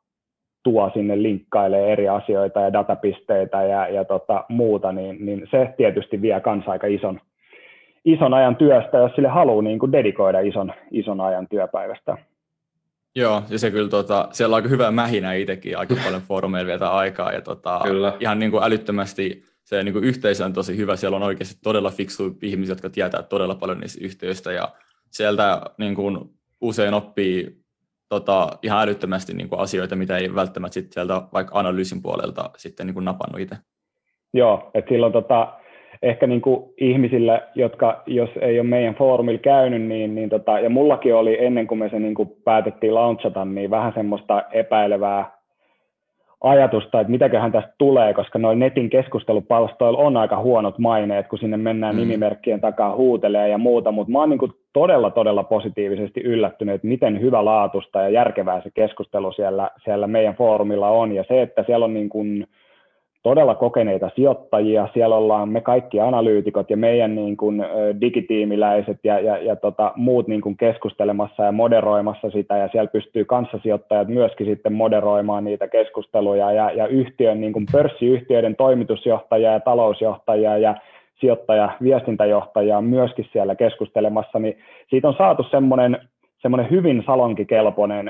tuo sinne, linkkailee eri asioita ja datapisteitä ja, ja tota, muuta, niin, niin se tietysti vie kanssa aika ison, ison ajan työstä, jos sille haluaa niin kuin dedikoida ison, ison ajan työpäivästä. Joo, ja se kyllä, tota, siellä on aika hyvä mähinä itsekin, aika paljon foorumeilla vietä aikaa, ja tota, ihan niin kuin älyttömästi se niin kuin yhteisö on tosi hyvä, siellä on oikeasti todella fiksuja ihmisiä, jotka tietää todella paljon niistä yhteyistä, ja sieltä niin kuin usein oppii Tota, ihan älyttömästi niin kuin asioita, mitä ei välttämättä sit sieltä vaikka analyysin puolelta sitten niin kuin napannut itse. Joo, että silloin tota, ehkä niin kuin ihmisille, jotka jos ei ole meidän foorumilla käynyt, niin, niin tota, ja mullakin oli ennen kuin me se niin kuin päätettiin launchata, niin vähän semmoista epäilevää ajatusta, että mitäköhän tästä tulee, koska noin netin keskustelupalstoilla on aika huonot maineet, kun sinne mennään mm. nimimerkkien takaa huutelee ja muuta, mutta mä oon niin kuin todella, todella positiivisesti yllättynyt, että miten hyvälaatuista ja järkevää se keskustelu siellä, siellä meidän foorumilla on, ja se, että siellä on niin kuin todella kokeneita sijoittajia, siellä ollaan me kaikki analyytikot ja meidän niin kuin digitiimiläiset ja, ja, ja tota, muut niin kuin keskustelemassa ja moderoimassa sitä, ja siellä pystyy kanssasijoittajat myöskin sitten moderoimaan niitä keskusteluja, ja, ja yhtiön, niin kuin pörssiyhtiöiden toimitusjohtaja ja talousjohtaja ja sijoittaja, viestintäjohtaja on myöskin siellä keskustelemassa, niin siitä on saatu semmoinen, semmoinen hyvin salonkikelpoinen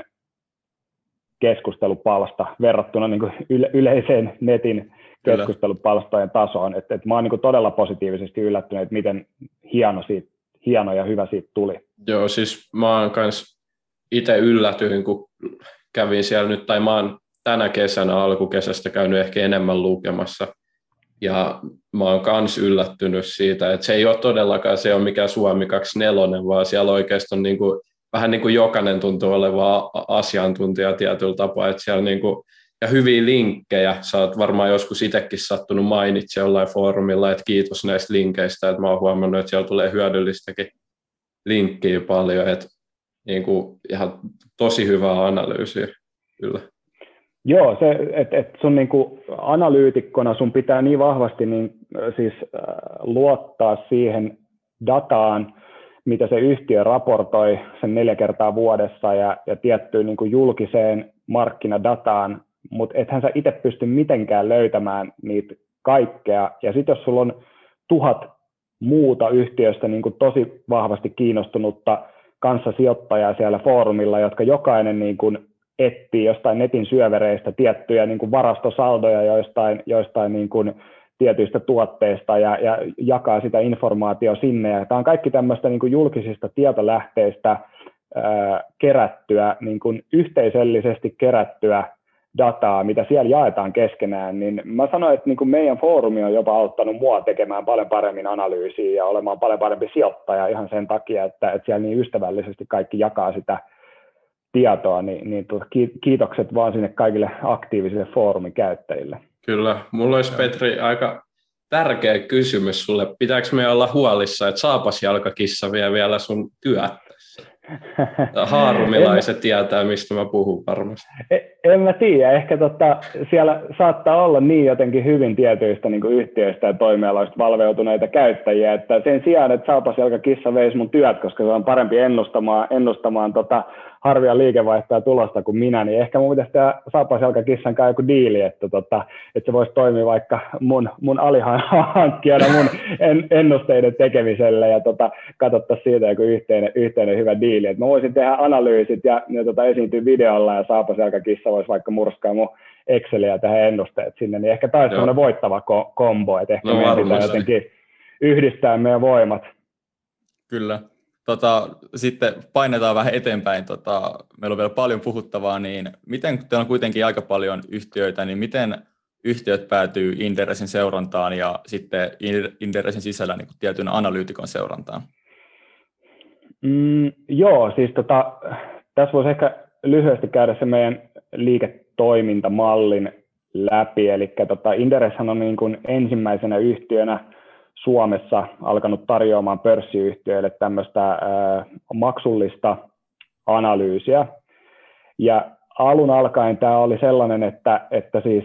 keskustelupalsta verrattuna niin kuin yle- yleiseen netin keskustelupalstojen tasoon. Et, et mä oon niin kuin todella positiivisesti yllättynyt, että miten hieno, siitä, hieno ja hyvä siitä tuli. Joo, siis mä oon kans itse yllätyin, kun kävin siellä nyt, tai mä oon tänä kesänä alkukesästä käynyt ehkä enemmän lukemassa. Ja mä oon kans yllättynyt siitä, että se ei ole todellakaan se on mikään Suomi kaksikymmentäneljä, vaan siellä oikeasti on niin kuin, vähän niin kuin jokainen tuntuu olevan asiantuntija tietyllä tapaa, että siellä niin kuin, ja hyviä linkkejä, sä oot varmaan joskus itsekin sattunut mainitse jollain foorumilla, että kiitos näistä linkkeistä, että mä oon huomannut, että siellä tulee hyödyllistäkin linkkiä paljon, että niin kuin, ihan tosi hyvää analyysiä, kyllä. Joo, se, että et sun niinku analyytikkona sun pitää niin vahvasti niin, siis, äh, luottaa siihen dataan, mitä se yhtiö raportoi sen neljä kertaa vuodessa ja, ja tiettyyn niinku julkiseen markkinadataan, mutta ethän sä itse pysty mitenkään löytämään niitä kaikkea. Ja sitten jos sulla on tuhat muuta yhtiöstä niinku tosi vahvasti kiinnostunutta kanssasijoittajaa siellä foorumilla, jotka jokainen niinku etsii jostain netin syövereistä tiettyjä niin kuin varastosaldoja joistain, joistain niin kuin tietyistä tuotteista ja, ja jakaa sitä informaatiota sinne. Ja tämä on kaikki tämmöistä niin kuin julkisista tietolähteistä ää, kerättyä, niin kuin yhteisöllisesti kerättyä dataa, mitä siellä jaetaan keskenään, niin mä sanoin, että niin kuin meidän foorumi on jopa auttanut mua tekemään paljon paremmin analyysiä ja olemaan paljon parempi sijoittaja ihan sen takia, että, että siellä niin ystävällisesti kaikki jakaa sitä tietoa, niin, niin kiitokset vaan sinne kaikille aktiivisille foorumin käyttäjille. Kyllä, mulla olisi Petri aika tärkeä kysymys sulle. Pitääkö me olla huolissa, että saapasjalkakissa vie vielä sun työt tässä? Haarumilaiset tietää, mistä mä puhun varmasti. En, en mä tiedä. Ehkä tota, siellä saattaa olla niin jotenkin hyvin tietyistä niin kuin yhtiöistä ja toimialoista valveutuneita käyttäjiä, että sen sijaan, että saapasjalkakissa veisi mun työt, koska se on parempi ennustamaan, ennustamaan tota Harvian liikevaihtoa tulosta kuin minä, niin ehkä mun pitäisi tehdä saapasjalkakissan kanssa joku diili, että, tota, että se voisi toimia vaikka mun, mun alihankkijana mun en, ennusteiden tekemiselle ja tota, katsottaisiin siitä joku yhteinen, yhteinen hyvä diili. Että mä voisin tehdä analyysit ja, ja tota, esiintyä videolla ja saapasjalkakissa voisi vaikka murskaa mun Exceliä ja tehdä ennusteet sinne, niin ehkä taisi semmoinen voittava ko- kombo, että ehkä no, meidän pitää jotenkin yhdistää meidän voimat. Kyllä. Tota, sitten painetaan vähän eteenpäin. Tota, meillä on vielä paljon puhuttavaa, niin miten, teillä on kuitenkin aika paljon yhtiöitä, niin miten yhtiöt päätyy Inderesin seurantaan ja sitten Inderesin sisällä niin kuin tietyn analyytikon seurantaan? Mm, joo, siis tota, tässä voisi ehkä lyhyesti käydä se meidän liiketoimintamallin läpi, eli tota, Indereshän on niin kuin ensimmäisenä yhtiönä Suomessa alkanut tarjoamaan pörssiyhtiöille tämmöistä ää, maksullista analyysiä. Ja alun alkaen tämä oli sellainen, että, että siis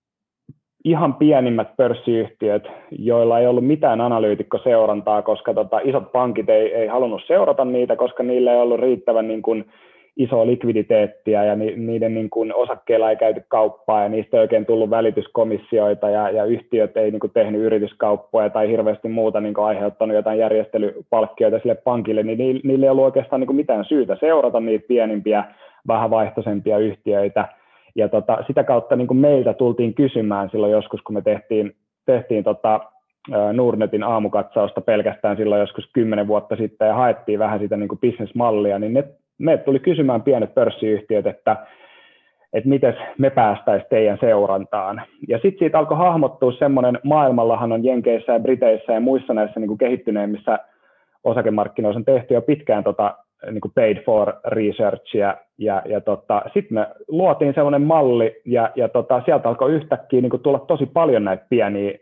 ihan pienimmät pörssiyhtiöt, joilla ei ollut mitään analyytikkoseurantaa, koska tota, isot pankit ei, ei halunnut seurata niitä, koska niillä ei ollut riittävän niin kuin isoa likviditeettiä ja ni, niiden niin kuin osakkeilla ei käyty kauppaa ja niistä ei oikein tullut välityskomissioita ja, ja yhtiöt ei niin kuin tehnyt yrityskauppoja tai hirveästi muuta niin kuin aiheuttanut jotain järjestelypalkkioita sille pankille, niin niillä, niillä ei ollut oikeastaan niin kuin mitään syytä seurata niitä pienimpiä, vähän vaihtoisempia yhtiöitä. Ja tota, sitä kautta niin kuin meiltä tultiin kysymään silloin joskus, kun me tehtiin, tehtiin tota, Nordnetin aamukatsausta pelkästään silloin joskus kymmenen vuotta sitten ja haettiin vähän sitä niin kuin business-mallia, niin ne meidät tuli kysymään pienet pörssiyhtiöt, että, että miten me päästäisiin teidän seurantaan. Ja sitten siitä alkoi hahmottua semmoinen, maailmallahan on Jenkeissä ja Briteissä ja muissa näissä niin kuin kehittyneimmissä osakemarkkinoissa on tehty jo pitkään tota, niin kuin paid for researchia, ja, ja tota, sitten me luotiin semmoinen malli, ja, ja tota, sieltä alkoi yhtäkkiä niin kuin tulla tosi paljon näitä pieniä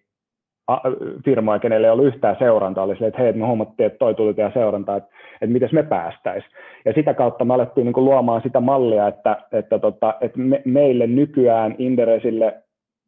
firmoja, kenelle ei ollut yhtään seurantaa, oli silleen, että hei, me huomattiin, että toi tuli teidän seurantaa, että, että miten me päästäisiin. Ja sitä kautta me alettiin niin kuin luomaan sitä mallia, että, että, tota, että me, meille nykyään Inderesille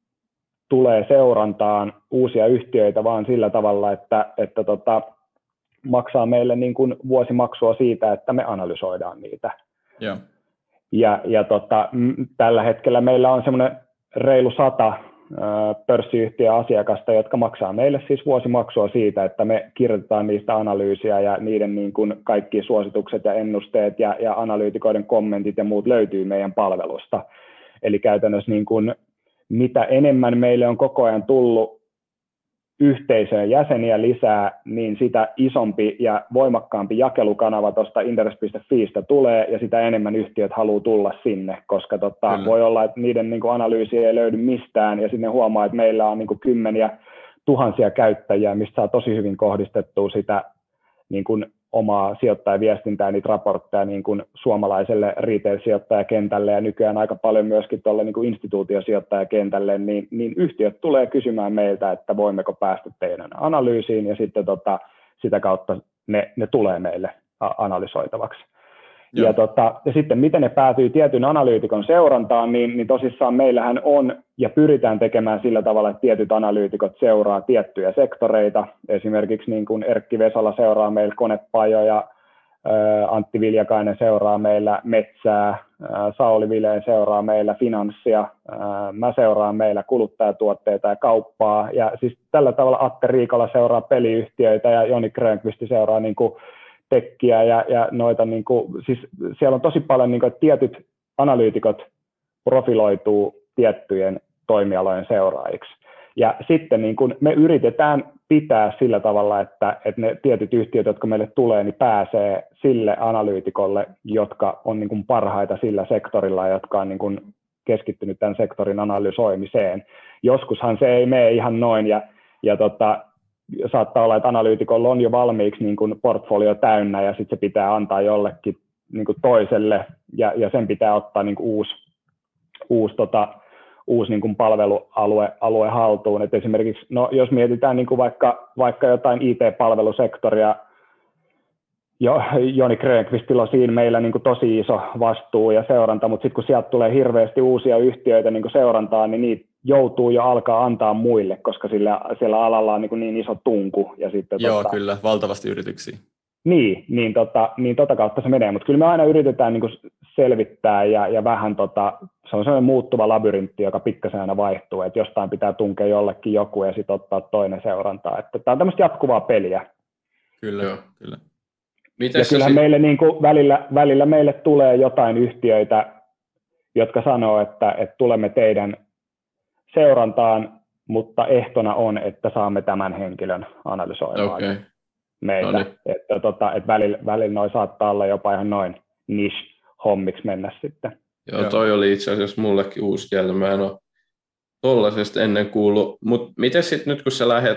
tulee seurantaan uusia yhtiöitä vaan sillä tavalla, että, että tota, maksaa meille niin kuin vuosimaksua siitä, että me analysoidaan niitä. Yeah. Ja, ja tota, m- tällä hetkellä meillä on semmoinen reilu sata pörssiyhtiöasiakasta, jotka maksaa meille siis vuosimaksua siitä, että me kirjoitetaan niistä analyysiä ja niiden niin kuin kaikki suositukset ja ennusteet ja, ja analyytikoiden kommentit ja muut löytyy meidän palvelusta. Eli käytännössä niin kuin, mitä enemmän meille on koko ajan tullut yhteisöön jäseniä lisää, niin sitä isompi ja voimakkaampi jakelukanava tuosta Inderes piste fiistä tulee, ja sitä enemmän yhtiöt haluaa tulla sinne, koska tota, voi olla, että niiden niin kuin analyysi ei löydy mistään, ja sinne huomaa, että meillä on niin kuin kymmeniä tuhansia käyttäjiä, mistä saa tosi hyvin kohdistettua sitä niin kuin omaa sijoittajaviestintää, niitä raportteja niin kuin suomalaiselle retail-sijoittajakentälle ja nykyään aika paljon myöskin tuolle niin kuin instituutiosijoittajakentälle, niin, niin yhtiöt tulee kysymään meiltä, että voimmeko päästä teidän analyysiin ja sitten tota, sitä kautta ne, ne tulee meille analysoitavaksi. Ja, tota, ja sitten miten ne päätyy tietyn analyytikon seurantaan, niin, niin tosissaan meillähän on ja pyritään tekemään sillä tavalla, että tietyt analyytikot seuraa tiettyjä sektoreita. Esimerkiksi niin kuin Erkki Vesala seuraa meillä konepajoja, ää, Antti Viljakainen seuraa meillä metsää, ää, Sauli Vileen seuraa meillä finanssia, ää, mä seuraan meillä kuluttajatuotteita ja kauppaa. Ja siis tällä tavalla Atte Riikola seuraa peliyhtiöitä ja Joni Grönqvist seuraa niin kuin tekkiä ja, ja noita, niin kuin, siis siellä on tosi paljon, niin kuin, että tietyt analyytikot profiloituu tiettyjen toimialojen seuraajiksi. Ja sitten niin kuin me yritetään pitää sillä tavalla, että, että ne tietyt yhtiöt, jotka meille tulee, niin pääsee sille analyytikolle, jotka on niin kuin parhaita sillä sektorilla, jotka on niin kuin keskittynyt tämän sektorin analysoimiseen. Joskushan se ei mene ihan noin, ja, ja tota, saattaa olla, että analyytikolla on jo valmiiksi niin kuin portfolio täynnä, ja sitten se pitää antaa jollekin niin kuin toiselle, ja, ja sen pitää ottaa niin kuin uusi, uusi, tota, uusi niin kuin palvelualue alue haltuun. Et esimerkiksi, no, jos mietitään niin kuin vaikka, vaikka jotain I T-palvelusektoria, jo, Joni Grönqvistillä on siinä meillä niin kuin tosi iso vastuu ja seuranta, mutta sitten kun sieltä tulee hirveästi uusia yhtiöitä niin kuin seurantaan, niin niitä joutuu jo alkaa antaa muille, koska sillä, siellä alalla on niin, niin iso tunku. Ja sitten, Joo, tota, kyllä, valtavasti yrityksiä. Niin, niin, tota, niin tota kautta se menee, mutta kyllä me aina yritetään niin kuin selvittää ja, ja vähän tota, se on sellainen muuttuva labyrintti, joka pikkasen aina vaihtuu, että jostain pitää tunkea jollekin joku ja sitten ottaa toinen seurantaa. Että tämä on tämmöistä jatkuvaa peliä. Kyllä, Joo. kyllä. Mites ja kyllähän sit... meille niin kuin välillä, välillä meille tulee jotain yhtiöitä, jotka sanoo, että, että tulemme teidän seurantaan, mutta ehtona on, että saamme tämän henkilön analysoimaan okay. meitä. No niin. Että, tota, että välillä, välillä noi saattaa olla jopa ihan noin niche-hommiksi mennä sitten. Joo, toi oli itse asiassa mullekin uusi kieltä. Mä en ole tollasesta ennen kuullut. Mutta miten sitten nyt, kun sä lähdet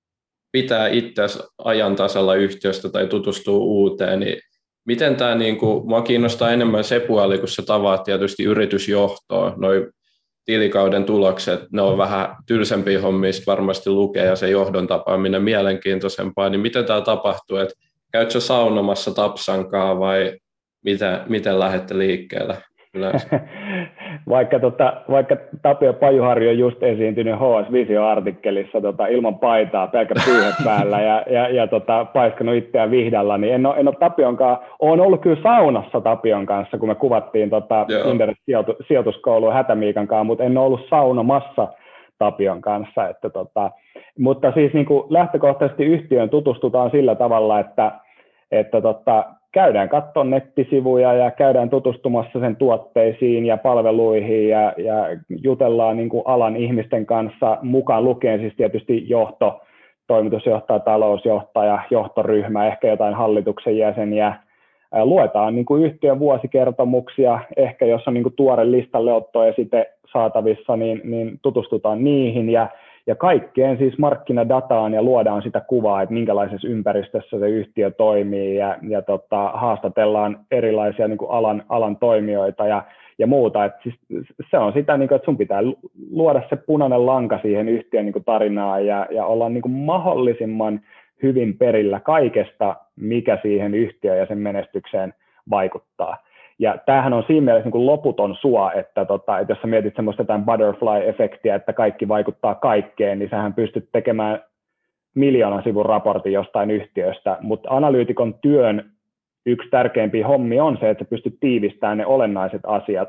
pitää itseäsi ajan tasalla yhtiöstä tai tutustuu uuteen, niin miten tämä, niinku, mua kiinnostaa enemmän se puoli, kun sä tavaat tietysti yritysjohtoa, noi tilikauden tulokset, ne on vähän tylsempiä hommia, varmasti lukee ja se johdon tapaaminen mielenkiintoisempaa, niin miten tämä tapahtuu, että käyt sä saunomassa Tapsankaa vai miten, miten lähdette liikkeelle yleensä? vaikka, tota, vaikka Tapio Pajuharju on just esiintynyt H S Visio-artikkelissa tota, ilman paitaa, pelkkä pyyhe päällä ja, ja, ja tota, paiskanut itseään vihdalla, niin en ole, en ole Tapionkaan, olen ollut kyllä saunassa Tapion kanssa, kun me kuvattiin tota, Inderes-sijoituskoulua Hätämiikan kanssa, mutta en ole ollut saunomassa Tapion kanssa. Että, tota, mutta siis niin kuin lähtökohtaisesti yhtiöön tutustutaan sillä tavalla, että, että tota, käydään katsomaan nettisivuja ja käydään tutustumassa sen tuotteisiin ja palveluihin ja, ja jutellaan niin kuin alan ihmisten kanssa mukaan lukien siis tietysti johto, toimitusjohtaja, talousjohtaja, johtoryhmä, ehkä jotain hallituksen jäseniä. Luetaan niin kuin yhtiön vuosikertomuksia, ehkä jos on niin kuin tuore listanleottoesite saatavissa, niin, niin tutustutaan niihin ja Ja kaikkeen siis markkinadataan ja luodaan sitä kuvaa, että minkälaisessa ympäristössä se yhtiö toimii ja, ja tota, haastatellaan erilaisia niin kuin alan, alan toimijoita ja, ja muuta. Et siis se on sitä, niin kuin, että sun pitää luoda se punainen lanka siihen yhtiön niin kuin tarinaan ja, ja olla niin kuin mahdollisimman hyvin perillä kaikesta, mikä siihen yhtiöön ja sen menestykseen vaikuttaa. Ja tämähän on siinä mielessä niin kuin loputon suo, että, tota, että jos sä mietit semmoista jotain butterfly-efektiä, että kaikki vaikuttaa kaikkeen, niin sähän pystyt tekemään miljoonan sivun raportin jostain yhtiöstä, mutta analyytikon työn yksi tärkeimpiä hommia on se, että sä pystyt tiivistämään ne olennaiset asiat,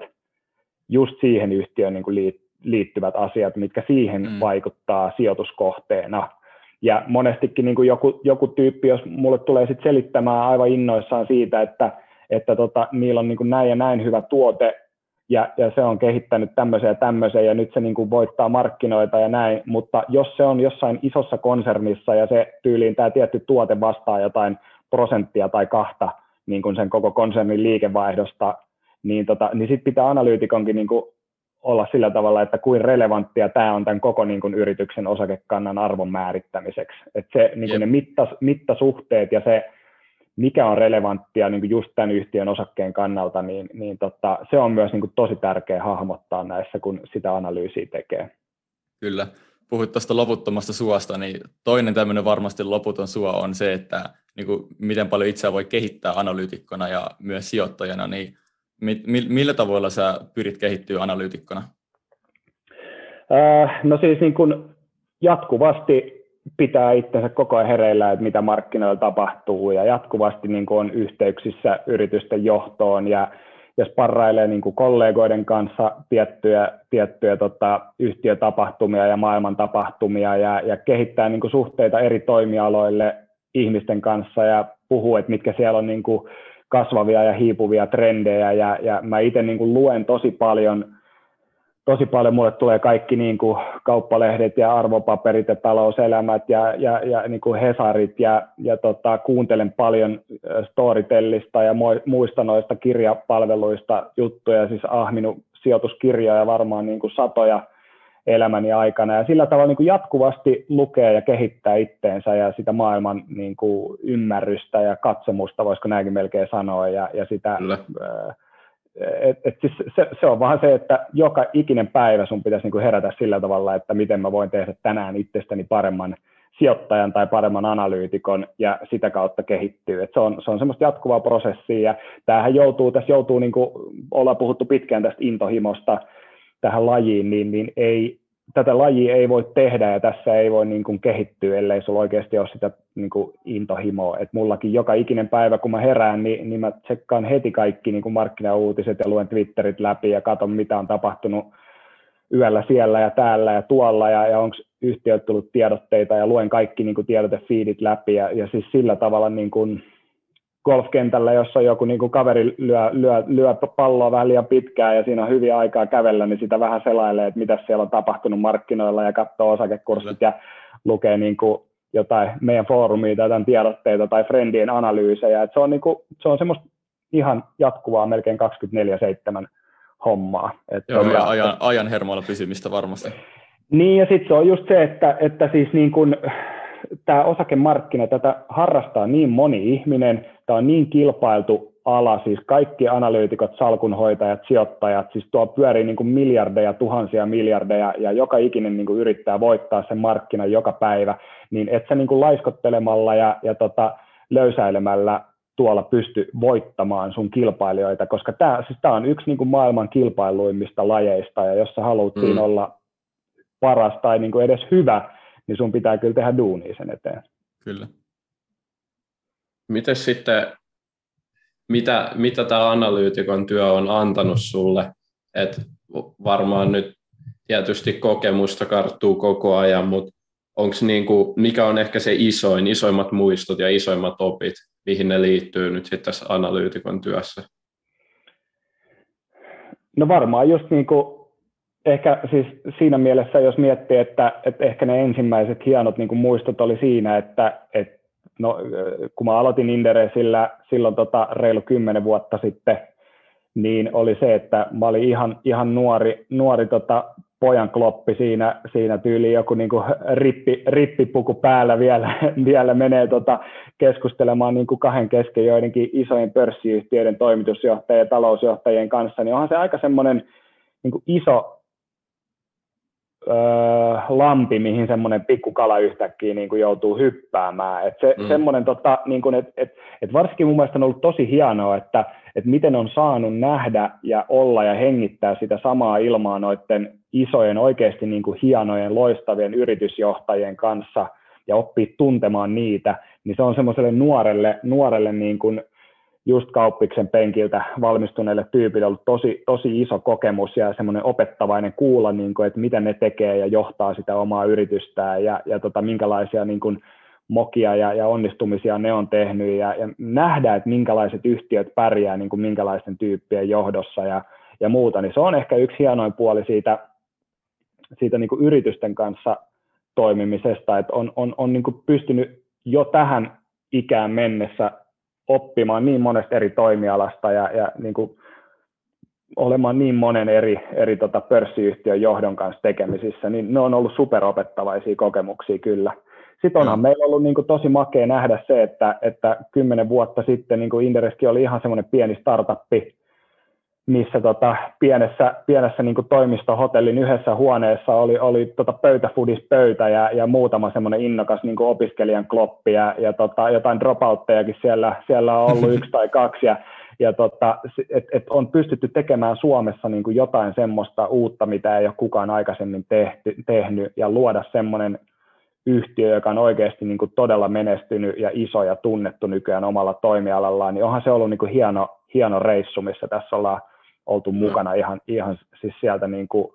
just siihen yhtiöön niin kuin liittyvät asiat, mitkä siihen mm. vaikuttaa sijoituskohteena. Ja monestikin niin kuin joku, joku tyyppi, jos mulle tulee sit selittämään aivan innoissaan siitä, että että tota, niillä on niin kuin näin ja näin hyvä tuote, ja, ja se on kehittänyt tämmöisen ja tämmöisen, ja nyt se niin kuin voittaa markkinoita ja näin, mutta jos se on jossain isossa konsernissa, ja se tyyliin tämä tietty tuote vastaa jotain prosenttia tai kahta niin kuin sen koko konsernin liikevaihdosta, niin, tota, niin sitten pitää analyytikonkin niin kuin olla sillä tavalla, että kuin relevanttia tämä on tämän koko niin kuin yrityksen osakekannan arvon määrittämiseksi. Että se, niin kuin ne mittas, mittasuhteet ja se, mikä on relevanttia niin kuin just tämän yhtiön osakkeen kannalta, niin, niin tota, se on myös niin kuin tosi tärkeä hahmottaa näissä, kun sitä analyysiä tekee. Kyllä. Puhuit tuosta loputtomasta suosta, niin toinen tämmöinen varmasti loputon suo on se, että niin kuin miten paljon itseä voi kehittää analyytikkona ja myös sijoittajana, niin millä tavoilla sä pyrit kehittyä analyytikkona? Äh, no siis niin kuin jatkuvasti pitää itsensä koko ajan hereillä, että mitä markkinoilla tapahtuu ja jatkuvasti niin kuin on yhteyksissä yritysten johtoon ja, ja sparrailee niin kuin kollegoiden kanssa tiettyjä, tiettyjä tota, yhtiötapahtumia ja maailman tapahtumia ja, ja kehittää niin kuin suhteita eri toimialoille ihmisten kanssa ja puhuu, että mitkä siellä on niin kuin kasvavia ja hiipuvia trendejä ja, ja mä itse niin kuin luen tosi paljon Tosi paljon mulle tulee kaikki niin kuin kauppalehdet ja arvopaperit ja talouselämät ja, ja, ja niin kuin Hesarit ja, ja tota, kuuntelen paljon Storytellista ja muista noista kirjapalveluista juttuja, siis ahminut sijoituskirjoja varmaan niin kuin satoja elämäni aikana, ja sillä tavalla niin kuin jatkuvasti lukee ja kehittää itteensä ja sitä maailman niin kuin ymmärrystä ja katsomusta, voisiko näinkin melkein sanoa, ja, ja sitä, et, et siis se, se on vaan se, että joka ikinen päivä sun pitäisi niin kuin herätä sillä tavalla, että miten mä voin tehdä tänään itsestäni paremman sijoittajan tai paremman analyytikon ja sitä kautta kehittyy. Et se on, se on semmoista jatkuvaa prosessia, ja tämähän joutuu, tässä joutuu, niin kuin ollaan puhuttu pitkään tästä intohimosta tähän lajiin, niin, niin ei, tätä lajia ei voi tehdä ja tässä ei voi niin kuin kehittyä, ellei sulla oikeasti ole sitä niin kuin intohimoa. Et mullakin joka ikinen päivä, kun mä herään, niin, niin mä tsekkaan heti kaikki niin kuin markkinauutiset ja luen Twitterit läpi ja katson, mitä on tapahtunut yöllä siellä ja täällä ja tuolla, ja, ja onko yhtiöt tullut tiedotteita, ja luen kaikki niin kuin tiedotefiidit läpi, ja, ja siis sillä tavalla niin kuin golfkentällä, jossa joku niin kuin kaveri lyö, lyö, lyö palloa vähän liian pitkään, ja siinä on hyviä aikaa kävellä, niin sitä vähän selailee, että mitä siellä on tapahtunut markkinoilla, ja katsoo osakekurssit, ja lukee niin kuin jotain meidän foorumia tai jotain tiedotteita tai friendien analyysejä. Et se on, niin kuin, se on semmoista ihan jatkuvaa, melkein kaksikymmentäneljä seitsemän hommaa. Et Joo, ja ajan, ajan hermoilla pysymistä varmasti. Niin, ja sitten se on just se, että, että siis niin kun tämä osakemarkkina, tätä harrastaa niin moni ihminen, tämä on niin kilpailtu ala, siis kaikki analyytikot, salkunhoitajat, sijoittajat, siis tuo pyörii niin kuin miljardeja, tuhansia miljardeja, ja joka ikinen niin kuin yrittää voittaa sen markkinan joka päivä, niin et sä niin kuin laiskottelemalla ja, ja tota, löysäilemällä tuolla pysty voittamaan sun kilpailijoita, koska tämä siis on yksi niin kuin maailman kilpailuimmista lajeista, ja jos sä haluat mm. siinä olla paras tai niin kuin edes hyvä, niin sun pitää kyllä tehdä duunia sen eteen. Kyllä. Mites sitten, mitä, mitä tämä analyytikon työ on antanut sulle? Et varmaan nyt tietysti kokemusta karttuu koko ajan, mutta onko niinku, mikä on ehkä se isoin, isoimmat muistot ja isoimmat opit, mihin ne liittyy nyt sitten tässä analyytikon työssä? No varmaan just niin kuin ehkä siis siinä mielessä, jos miettii, että, että ehkä ne ensimmäiset hienot niin kuin muistot oli siinä, että, että no, kun mä aloitin Inderesillä silloin tota, reilu kymmenen vuotta sitten, niin oli se, että mä olin ihan, ihan nuori, nuori tota, pojan kloppi siinä, siinä tyyliin joku niin kuin rippi, rippipuku päällä vielä, vielä menee tota, keskustelemaan niin kuin kahden kesken joidenkin isojen pörssiyhtiöiden toimitusjohtajien ja talousjohtajien kanssa, niin onhan se aika semmoinen niin kuin iso Öö, lampi, mihin semmoinen pikkukala yhtäkkiä niin kuin joutuu hyppäämään. Et se, mm. semmoinen, tota, niin kuin, et, et, et varsinkin mun mielestä on ollut tosi hienoa, että et miten on saanut nähdä ja olla ja hengittää sitä samaa ilmaa noiden isojen, oikeasti niin kuin hienojen, loistavien yritysjohtajien kanssa ja oppia tuntemaan niitä, niin se on semmoiselle nuorelle, nuorelle niin kuin just kauppiksen penkiltä valmistuneelle tyypille ollut tosi, tosi iso kokemus ja semmoinen opettavainen kuulla, niin kuin, että mitä ne tekee ja johtaa sitä omaa yritystään ja, ja tota, minkälaisia niin kuin, mokia ja, ja onnistumisia ne on tehnyt ja, ja nähdä, että minkälaiset yhtiöt pärjää niin kuin minkälaisten tyyppien johdossa ja, ja muuta, niin se on ehkä yksi hienoin puoli siitä, siitä niin kuin yritysten kanssa toimimisesta, että on, on, on niin kuin pystynyt jo tähän ikään mennessä oppimaan niin monesta eri toimialasta ja, ja niin kuin olemaan niin monen eri, eri tota pörssiyhtiön johdon kanssa tekemisissä, niin ne on ollut superopettavaisia kokemuksia kyllä. Sitten onhan meillä ollut niin kuin tosi makea nähdä se, että, että kymmenen vuotta sitten niin kuin Indereskin oli ihan semmoinen pieni startuppi, missä tota, pienessä, pienessä niin kuin toimistohotellin yhdessä huoneessa oli, oli tota pöytäfudispöytä ja, ja muutama semmoinen innokas niin kuin opiskelijan kloppi ja, ja tota, jotain dropouttejakin siellä, siellä on ollut yksi tai kaksi. Ja, ja tota, et, et on pystytty tekemään Suomessa niin kuin jotain semmoista uutta, mitä ei ole kukaan aikaisemmin tehty, tehnyt ja luoda semmoinen yhtiö, joka on oikeasti niin kuin todella menestynyt ja iso ja tunnettu nykyään omalla toimialallaan, niin onhan se ollut niin kuin hieno, hieno reissu, missä tässä ollaan oltu mukana no. ihan, ihan siis sieltä niin kuin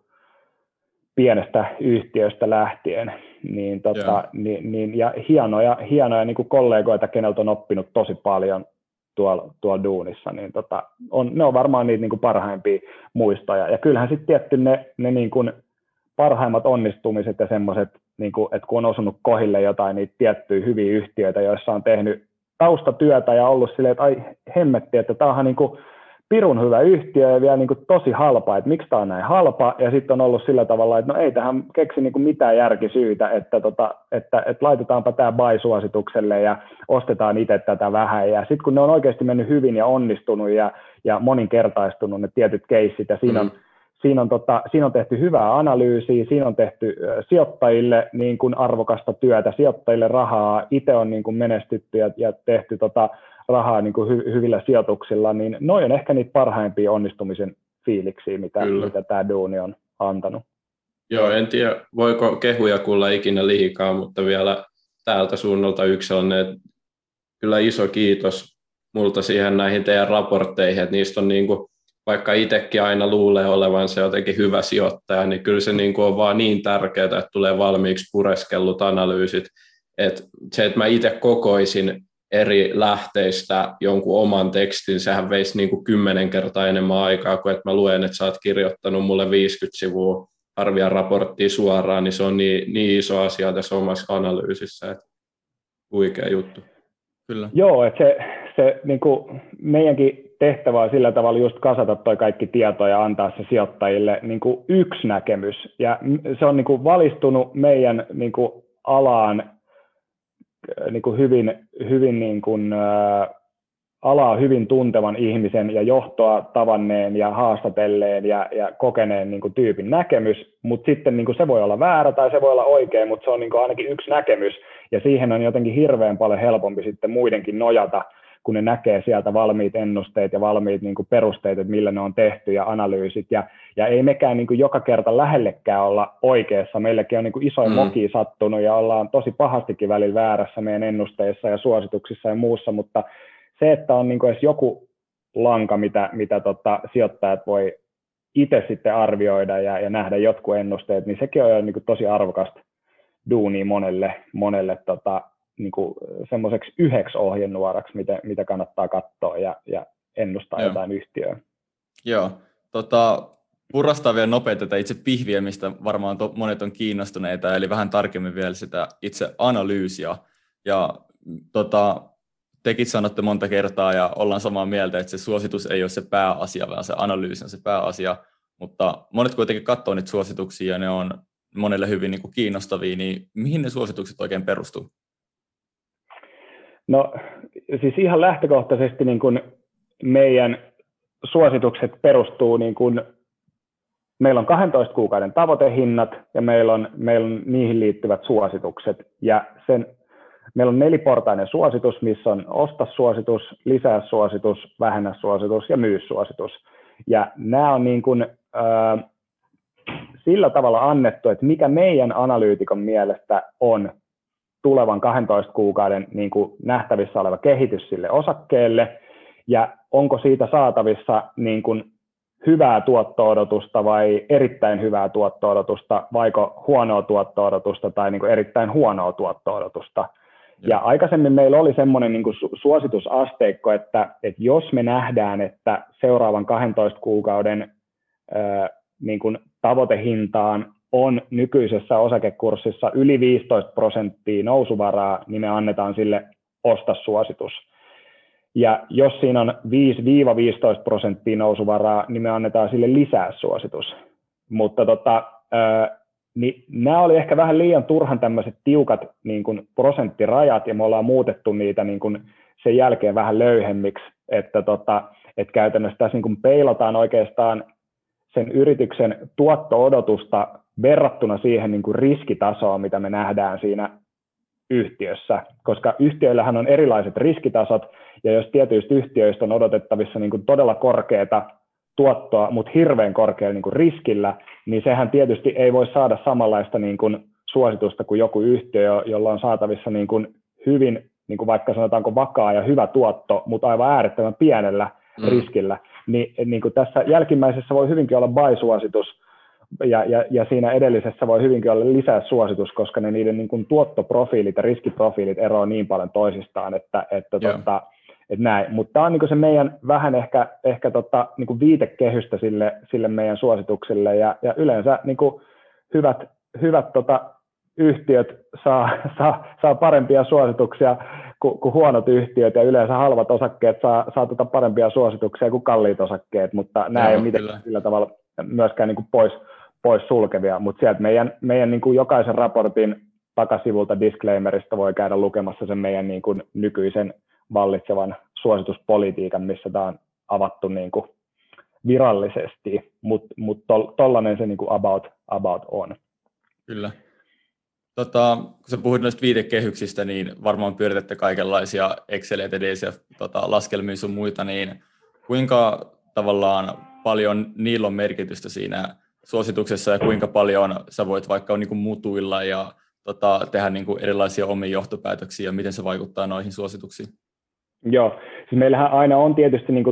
pienestä yhtiöstä lähtien. Niin, tota, yeah. niin, niin, ja hienoja, hienoja niin kuin kollegoita, keneltä on oppinut tosi paljon tuolla, tuolla duunissa, niin tota, on, ne on varmaan niitä niin kuin parhaimpia muistoja. Ja kyllähän sitten tietty ne, ne niin kuin parhaimmat onnistumiset ja semmoiset, niin kuin, että kun on osunut kohille jotain niitä tiettyjä hyviä yhtiöitä, joissa on tehnyt taustatyötä ja ollut silleen, että ai hemmetti, että tämä onhan niin kuin pirun hyvä yhtiö ja vielä niin kuin tosi halpa, että miksi tämä on näin halpa, ja sitten on ollut sillä tavalla, että no ei tähän keksi niin kuin mitään järkisyytä, että, tota, että, että laitetaanpa tämä buy-suositukselle ja ostetaan itse tätä vähän, ja sitten kun ne on oikeasti mennyt hyvin ja onnistunut ja, ja moninkertaistunut ne tietyt keissit, ja siinä on, mm. siinä on, tota, siinä on tehty hyvää analyysiä, siinä on tehty sijoittajille niin kuin arvokasta työtä, sijoittajille rahaa, itse on niin kuin menestytty ja, ja tehty tota, rahaa niin kuin hy- hyvillä sijoituksilla, niin noi on ehkä niitä parhaimpia onnistumisen fiiliksiä, mitä, mitä tämä duuni on antanut. Joo, en tiedä, voiko kehuja kuulla ikinä liikaa, mutta vielä täältä suunnalta yksi sellainen, että kyllä iso kiitos multa siihen näihin teidän raportteihin, että niistä on niin kuin, vaikka itsekin aina luulee olevansa jotenkin hyvä sijoittaja, niin kyllä se niin kuin on vaan niin tärkeää, että tulee valmiiksi pureskellut analyysit, että se, että mä itse kokoisin eri lähteistä jonkun oman tekstin, sehän veisi niin kuin kymmenen kertaa enemmän aikaa kuin että mä luen, että sä oot kirjoittanut mulle viisikymmentä sivua arvian raporttia suoraan, niin se on niin, niin iso asia tässä omassa analyysissä, että huikea juttu. Kyllä. Joo, että se, se niin kuin meidänkin tehtävä on sillä tavalla just kasata toi kaikki tieto ja antaa se sijoittajille niin kuin yksi näkemys, ja se on niin kuin valistunut meidän niin kuin alaan niin kuin hyvin, hyvin niin kuin, ä, alaa hyvin tuntevan ihmisen ja johtoa tavanneen ja haastatelleen ja, ja kokeneen niin kuin tyypin näkemys, mutta sitten niin kuin se voi olla väärä tai se voi olla oikein, mutta se on niin kuin ainakin yksi näkemys, ja siihen on jotenkin hirveän paljon helpompi sitten muidenkin nojata, kun ne näkee sieltä valmiit ennusteet ja valmiit niin kuin perusteet, että millä ne on tehty ja analyysit, ja, ja ei mekään niin kuin joka kerta lähellekään olla oikeassa. Meilläkin on niin kuin isoin mm. moki sattunut ja ollaan tosi pahastikin välillä väärässä meidän ennusteissa ja suosituksissa ja muussa, mutta se, että on niin kuin edes joku lanka, mitä, mitä tota, sijoittajat voi itse sitten arvioida ja, ja nähdä jotkut ennusteet, niin sekin on jo niin kuin tosi arvokasta duunia monelle, monelle tota, niin kuin semmoiseksi yhdeksi ohjenuoraksi, mitä, mitä kannattaa katsoa ja, ja ennustaa Joo. jotain yhtiöä. Joo, tota, purastaa vielä nopeasti tätä itse pihviä, mistä varmaan to, monet on kiinnostuneita, eli vähän tarkemmin vielä sitä itse analyysiä. Ja tota, tekin sanotte monta kertaa ja ollaan samaa mieltä, että se suositus ei ole se pääasia, vaan se analyysi on se pääasia, mutta monet kuitenkin katsoo niitä suosituksia ja ne on monelle hyvin niin kuin kiinnostavia, niin mihin ne suositukset oikein perustuu? No siis ihan lähtökohtaisesti niin kuin meidän suositukset perustuu, niin kuin, meillä on kahdentoista kuukauden tavoitehinnat ja meillä on, meillä on niihin liittyvät suositukset, ja sen, meillä on neliportainen suositus, missä on osta suositus, lisää suositus, vähennä suositus ja myy suositus, ja nämä on niin kuin, äh, sillä tavalla annettu, että mikä meidän analyytikon mielestä on tulevan kahdentoista kuukauden niin kuin nähtävissä oleva kehitys sille osakkeelle, ja onko siitä saatavissa niin kuin hyvää tuotto-odotusta vai erittäin hyvää tuotto-odotusta, vaiko huonoa tuotto-odotusta tai niin kuin erittäin huonoa tuotto-odotusta. Ja aikaisemmin meillä oli semmoinen niin kuin suositusasteikko, että, että jos me nähdään, että seuraavan kahdentoista kuukauden ää, niin kuin tavoitehintaan on nykyisessä osakekurssissa yli viisitoista prosenttia nousuvaraa, niin me annetaan sille osta suositus. Ja jos siinä on viisi viisitoista prosenttia nousuvaraa, niin me annetaan sille lisää suositus. Mutta tota, ää, niin nämä oli ehkä vähän liian turhan tämmöiset tiukat niin kuin prosenttirajat, ja me ollaan muutettu niitä niin kuin sen jälkeen vähän löyhemmiksi, että, tota, että käytännössä tässä niin kuin peilataan oikeastaan sen yrityksen tuotto-odotusta verrattuna siihen niin kuin riskitasoon, mitä me nähdään siinä yhtiössä, koska yhtiöillähän on erilaiset riskitasot, ja jos tietyistä yhtiöistä on odotettavissa niin kuin todella korkeata tuottoa, mutta hirveän korkealla niin kuin riskillä, niin sehän tietysti ei voi saada samanlaista niin kuin suositusta kuin joku yhtiö, jolla on saatavissa niin kuin hyvin, niin kuin vaikka sanotaanko vakaa ja hyvä tuotto, mutta aivan äärettömän pienellä mm. riskillä. Niin, niin kuin tässä jälkimmäisessä voi hyvinkin olla buy-suositus, ja, ja, ja siinä edellisessä voi hyvinkin olla lisää suositus, koska ne niiden niin kuin tuottoprofiilit ja riskiprofiilit eroavat niin paljon toisistaan, että, että, yeah. tota, että näin. Mutta tämä on niin kuin se meidän vähän ehkä, ehkä tota, niin kuin viitekehystä sille, sille meidän suosituksille, ja, ja yleensä niin kuin hyvät, hyvät tota, yhtiöt saa, saa, saa parempia suosituksia kuin, kuin huonot yhtiöt, ja yleensä halvat osakkeet saa, saa tota parempia suosituksia kuin kalliit osakkeet, mutta nämä Joo, ei ole mitenkään sillä tavalla myöskään niin kuin pois, pois sulkevia, mutta sieltä meidän, meidän niin kuin jokaisen raportin takasivulta disclaimerista voi käydä lukemassa sen meidän niin kuin nykyisen vallitsevan suosituspolitiikan, missä tämä on avattu niin kuin virallisesti, mutta mut tollainen se niin kuin about, about on. Kyllä. Tota, kun sä puhuit noista viitekehyksistä, niin varmaan pyöritätte kaikenlaisia Exceleitä, D C F, tota, laskelmia sun muita, niin kuinka tavallaan paljon niillä on merkitystä siinä suosituksessa ja kuinka paljon sä voit vaikka niin kuin mutuilla ja tota, tehdä niin kuin erilaisia omia johtopäätöksiä ja miten se vaikuttaa noihin suosituksiin? Joo, siis meillähän aina on tietysti niin kuin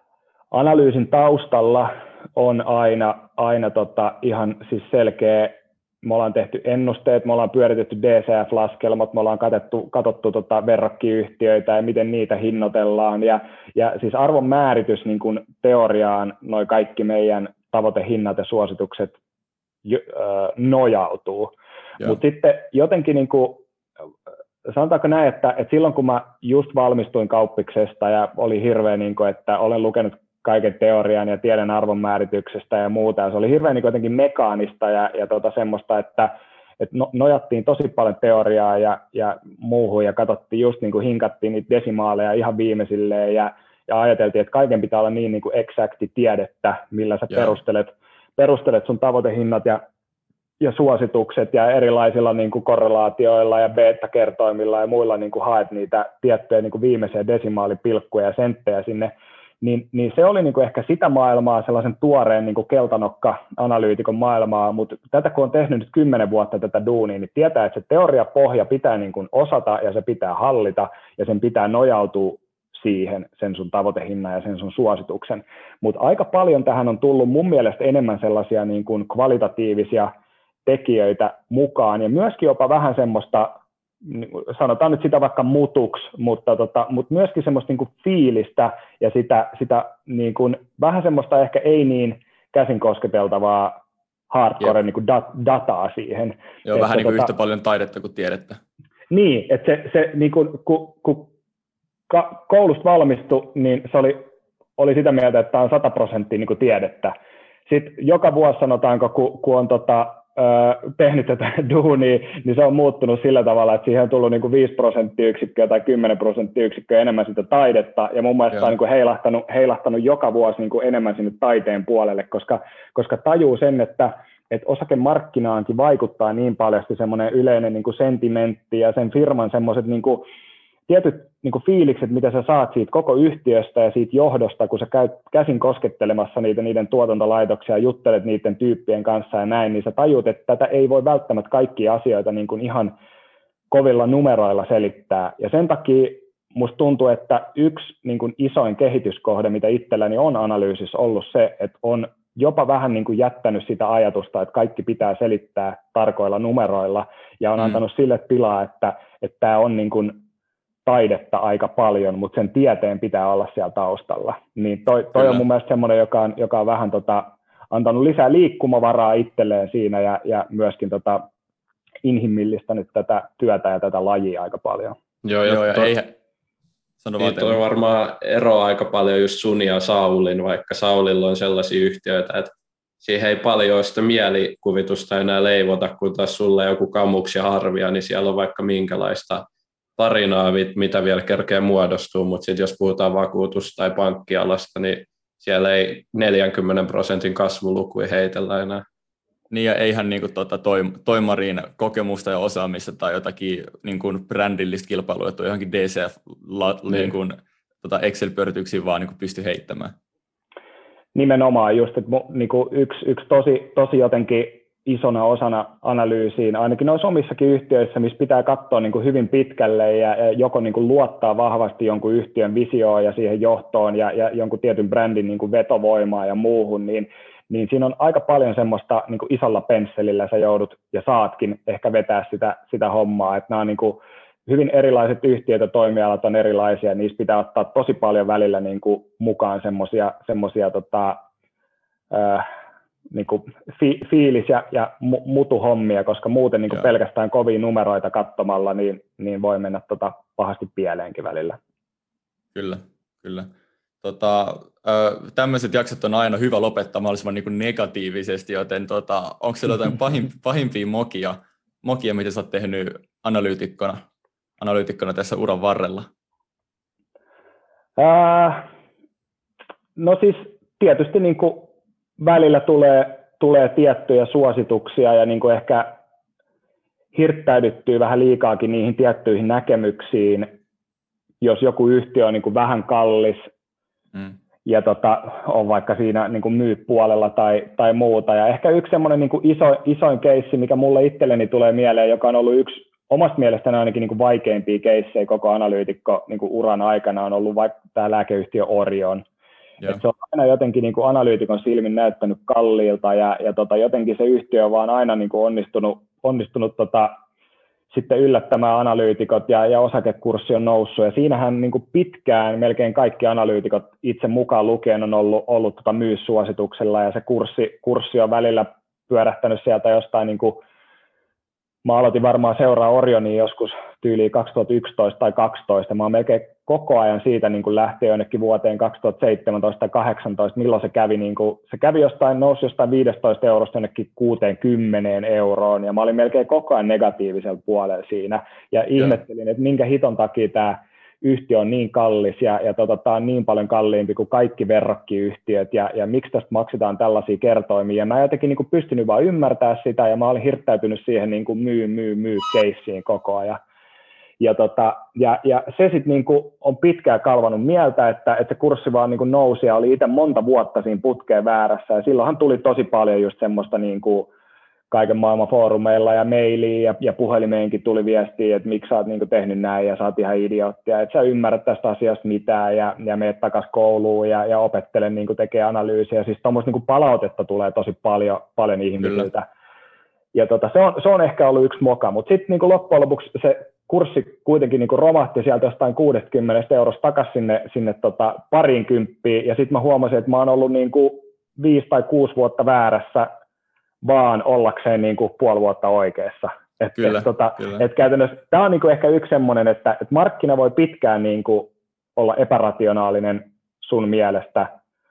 analyysin taustalla on aina, aina tota ihan siis selkeä, me ollaan tehty ennusteet, me ollaan pyöritetty D C F-laskelmat, me ollaan katsottu, katsottu tota verrokkiyhtiöitä ja miten niitä hinnoitellaan, ja, ja siis arvon määritys niin kuin teoriaan noi kaikki meidän tavoitehinnat ja suositukset jo, äh, nojautuu, mutta sitten jotenkin niin kuin, sanotaanko näin, että, että silloin kun mä just valmistuin kauppiksesta ja oli hirveä, niin kuin, että olen lukenut kaiken teorian ja tiedän arvonmäärityksestä ja muuta, ja se oli hirveän niin jotenkin mekaanista ja, ja tota semmoista, että, että no, nojattiin tosi paljon teoriaa ja, ja muuhun, ja katsottiin just niin kuin hinkattiin niitä desimaaleja ihan viimeisilleen, ja, ja ajateltiin, että kaiken pitää olla niin, niin kuin exacti tiedettä, millä sä perustelet, perustelet sun tavoitehinnat ja ja suositukset ja erilaisilla niin kuin korrelaatioilla ja beta-kertoimilla ja muilla niin kuin haet niitä tiettyjä niin kuin viimeisiä desimaalipilkkuja ja senttejä sinne, niin, niin se oli niin kuin ehkä sitä maailmaa, sellaisen tuoreen niin kuin keltanokka-analyytikon maailmaa, mutta tätä kun on tehnyt nyt kymmenen vuotta tätä duunia, niin tietää, että se teoriapohja pitää niin kuin osata ja se pitää hallita ja sen pitää nojautua siihen, sen sun tavoitehinnan ja sen sun suosituksen, mutta aika paljon tähän on tullut mun mielestä enemmän sellaisia niin kuin kvalitatiivisia tekijöitä mukaan, ja myöskin jopa vähän semmoista, sanotaan nyt sitä vaikka mutuksi, mutta, tota, mutta myöskin semmoista niin kuin fiilistä ja sitä, sitä niin kuin, vähän semmoista ehkä ei niin käsin kosketeltavaa hardcore niin kuin dat, dataa siihen. Joo, että, vähän niin kuin tota, yhtä paljon taidetta kuin tiedettä. Niin, että se, se niin kuin, kun, kun koulusta valmistui, niin se oli, oli sitä mieltä, että tämä on sata prosenttia niin kuin tiedettä. Sitten joka vuosi sanotaanko, kun, kun on tota, tehnyt tätä duunia, niin se on muuttunut sillä tavalla, että siihen on tullut niin kuin viisi prosenttiyksikköä tai kymmenen prosenttiyksikköä enemmän sitä taidetta, ja mun mielestä Joo. on niin kuin heilahtanut, heilahtanut joka vuosi niin kuin enemmän sinne taiteen puolelle, koska, koska tajuu sen, että, että osakemarkkinaankin vaikuttaa niin paljon semmoinen yleinen niin kuin sentimentti ja sen firman semmoiset niin kuin tietyt niin kuin fiilikset, mitä sä saat siitä koko yhtiöstä ja siitä johdosta, kun sä käyt käsin koskettelemassa niitä niiden tuotantolaitoksia ja juttelet niiden tyyppien kanssa ja näin, niin sä tajuut, että tätä ei voi välttämättä kaikkia asioita niin kuin ihan kovilla numeroilla selittää. Ja sen takia musta tuntuu, että yksi niin kuin isoin kehityskohde, mitä itselläni on analyysissä ollut se, että on jopa vähän niin kuin jättänyt sitä ajatusta, että kaikki pitää selittää tarkoilla numeroilla, ja on mm. antanut sille tilaa, että, että tämä on niin kuin taidetta aika paljon, mutta sen tieteen pitää olla siellä taustalla. Niin toi, toi on mun mielestä semmoinen, joka on, joka on vähän tota, antanut lisää liikkumavaraa itselleen siinä ja, ja myöskin tota, inhimillistänyt tätä työtä ja tätä lajia aika paljon. Joo, ja, Joo, ja to, ei, sano niin toi varmaan eroaa aika paljon just sun ja Saulin, vaikka Saulilla on sellaisia yhtiöitä, että siihen ei paljon sitä mielikuvitusta enää leivota, kun taas sulla joku Kamux ja Harvia, niin siellä on vaikka minkälaista tarinaa, mitä vielä kerkeä muodostuu, mutta sitten jos puhutaan vakuutus- tai pankkialasta, niin siellä ei neljänkymmenen prosentin kasvulukuja heitellä enää. Niin, ja eihän niin kuin, tuota, toimarin kokemusta ja osaamista tai jotakin niin kuin brändillistä kilpailua, että johonkin D C F niin. niin kuin, tuota Excel-pyörityksiin vaan niin kuin pysty heittämään. Nimenomaan just, että niin kuin yksi, yksi tosi, tosi jotenkin isona osana analyysiin, ainakin noissa omissakin yhtiöissä, missä pitää katsoa niin kuin hyvin pitkälle ja, ja joko niin kuin luottaa vahvasti jonkun yhtiön visioon ja siihen johtoon ja, ja jonkun tietyn brändin niin kuin vetovoimaa ja muuhun, niin, niin siinä on aika paljon semmoista niin kuin isolla pensselillä sä joudut ja saatkin ehkä vetää sitä, sitä hommaa, että nämä on niin kuin hyvin erilaiset yhtiöt ja toimialat on erilaisia, niissä pitää ottaa tosi paljon välillä niin kuin mukaan semmoisia semmoisia tota, äh, niin kuin fi, fiilis- ja, ja mutuhommia, koska muuten niin kuin pelkästään kovia numeroita katsomalla, niin, niin voi mennä tota pahasti pieleenkin välillä. Kyllä, kyllä. Tota, tämmöiset jaksot on aina hyvä lopettaa mahdollisimman niin kuin negatiivisesti, joten tota, onko siellä jotain pahim, pahimpia mokia, mokia, mitä sä oot tehnyt analyytikkona, analyytikkona tässä uran varrella? Ää, no siis tietysti niin kuin välillä tulee, tulee tiettyjä suosituksia ja niin kuin ehkä hirttäydyttyy vähän liikaakin niihin tiettyihin näkemyksiin, jos joku yhtiö on niin kuin vähän kallis mm. ja tota, on vaikka siinä niin kuin myy-puolella tai, tai muuta. Ja ehkä yksi semmoinen niin kuin iso, isoin keissi, mikä mulle itselleni tulee mieleen, joka on ollut yksi omasta mielestäni ainakin niin kuin vaikeimpia keissejä koko analyytikko niin kuin uran aikana, on ollut vaikka tämä lääkeyhtiö Orion. Et se on aina jotenkin niin kuin analyytikon silmin näyttänyt kalliilta ja, ja tota, jotenkin se yhtiö on vaan aina niin kuin onnistunut, onnistunut tota, sitten yllättämään analyytikot ja, ja osakekurssi on noussut. Ja siinähän niin kuin pitkään melkein kaikki analyytikot itse mukaan lukien on ollut, ollut tota myyssuosituksella ja se kurssi, kurssi on välillä pyörähtänyt sieltä jostain, niin kuin, mä aloitin varmaan seuraa Orionia joskus tyyliin kaksituhattayksitoista tai kaksitoista. Mä oon melkein koko ajan siitä niin kuin lähtien jonnekin vuoteen kaksituhattaseitsemäntoista tai kahdeksantoista, milloin se kävi, niin kuin, se kävi jostain, nousi jostain viisitoista eurosta jonnekin kuuteenkymmeneen euroon, ja mä olin melkein koko ajan negatiivisella puolella siinä, ja ihmettelin, että minkä hiton takia tämä yhtiö on niin kallis, ja, ja tota, tämä on niin paljon kalliimpi kuin kaikki verrokkiyhtiöt, ja, ja miksi tästä maksetaan tällaisia kertoimia, ja mä en jotenkin niin kuin pystynyt vaan ymmärtämään sitä, ja mä olin hirttäytynyt siihen niin kuin myy, myy, myy keissiin koko ajan. Ja, tota, ja, ja se sitten niinku on pitkään kalvanut mieltä, että, että se kurssi vaan niinku nousi ja oli itse monta vuotta siinä putkeen väärässä. Ja silloinhan tuli tosi paljon just semmoista niinku kaiken maailman foorumeilla ja mailiin ja, ja puhelimeenkin tuli viestiä, että miksi sä oot niinku tehnyt näin ja sä oot ihan idioottia, että sä ymmärrät tästä asiasta mitään ja, ja meet takaisin kouluun ja, ja opettele niinku tekee analyysiä. Siis tuommoista niinku palautetta tulee tosi paljon, paljon ihmisiltä. Kyllä. Ja tota, se, on, se on ehkä ollut yksi moka, mutta sitten niinku loppujen lopuksi se kurssi kuitenkin niin kuin romahti sieltä jostain kuusikymmentä eurosta takaisin sinne, sinne tota pariin kymppiin, ja sitten mä huomasin, että mä oon ollut niin kuin viisi tai kuusi vuotta väärässä vaan ollakseen niin kuin puoli vuotta oikeassa. Et, kyllä, et, tota, kyllä. Et käytännössä tämä on niin kuin ehkä yksi semmoinen, että, että markkina voi pitkään niin kuin olla epärationaalinen sun mielestä,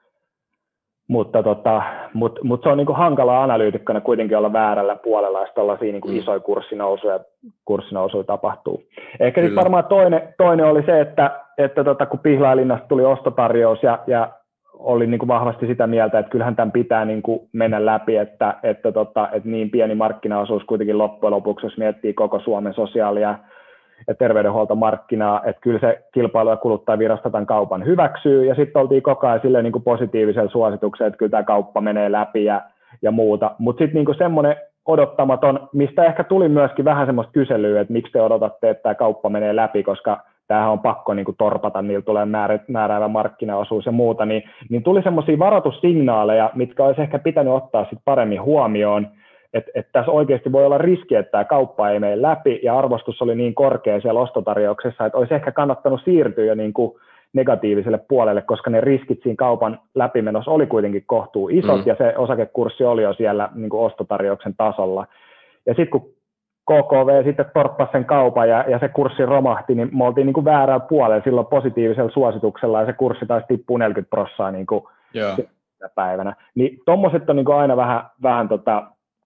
mutta tota, mut, mut se on niinku hankalaa analyytikkona kuitenkin olla väärällä puolella, jos tällaisia niinku mm. isoja kurssinousuja, kurssinousuja tapahtuu. Ehkä sitten varmaan toinen, toinen oli se, että, että tota, kun Pihlajalinasta tuli ostotarjous ja, ja oli niinku vahvasti sitä mieltä, että kyllähän tämän pitää niinku mennä läpi, että, että, tota, että niin pieni markkinaosuus kuitenkin loppujen lopuksi, jos miettii koko Suomen sosiaali- ja ja terveydenhuoltomarkkinaa, että kyllä se kilpailu- ja kuluttajavirasto tämän kaupan hyväksyy, ja sitten oltiin koko ajan silleen niin kuin positiivisella suosituksella, että kyllä tämä kauppa menee läpi ja, ja muuta, mutta sitten niin semmoinen odottamaton, mistä ehkä tuli myöskin vähän semmoista kyselyä, että miksi te odotatte, että tämä kauppa menee läpi, koska tämähän on pakko niin kuin torpata, niillä tulee määrä, määräävä markkinaosuus ja muuta, niin, niin tuli semmoisia varoitussignaaleja, mitkä olisi ehkä pitänyt ottaa sitten paremmin huomioon, että et tässä oikeasti voi olla riski, että tämä kauppa ei mene läpi, ja arvostus oli niin korkea siellä ostotarjouksessa, että olisi ehkä kannattanut siirtyä jo niin kuin negatiiviselle puolelle, koska ne riskit siinä kaupan läpimenossa oli kuitenkin kohtuu isot, mm. ja se osakekurssi oli jo siellä niin kuin ostotarjouksen tasolla. Ja sitten kun K K V sitten torppasi sen kaupan ja, ja se kurssi romahti, niin me oltiin niin kuin väärällä puolella silloin positiivisella suosituksella, ja se kurssi taisi tippua neljäkymmentä prosenttia niin kuin yeah. päivänä. Niin tommoset on niin kuin aina vähän, vähän tota,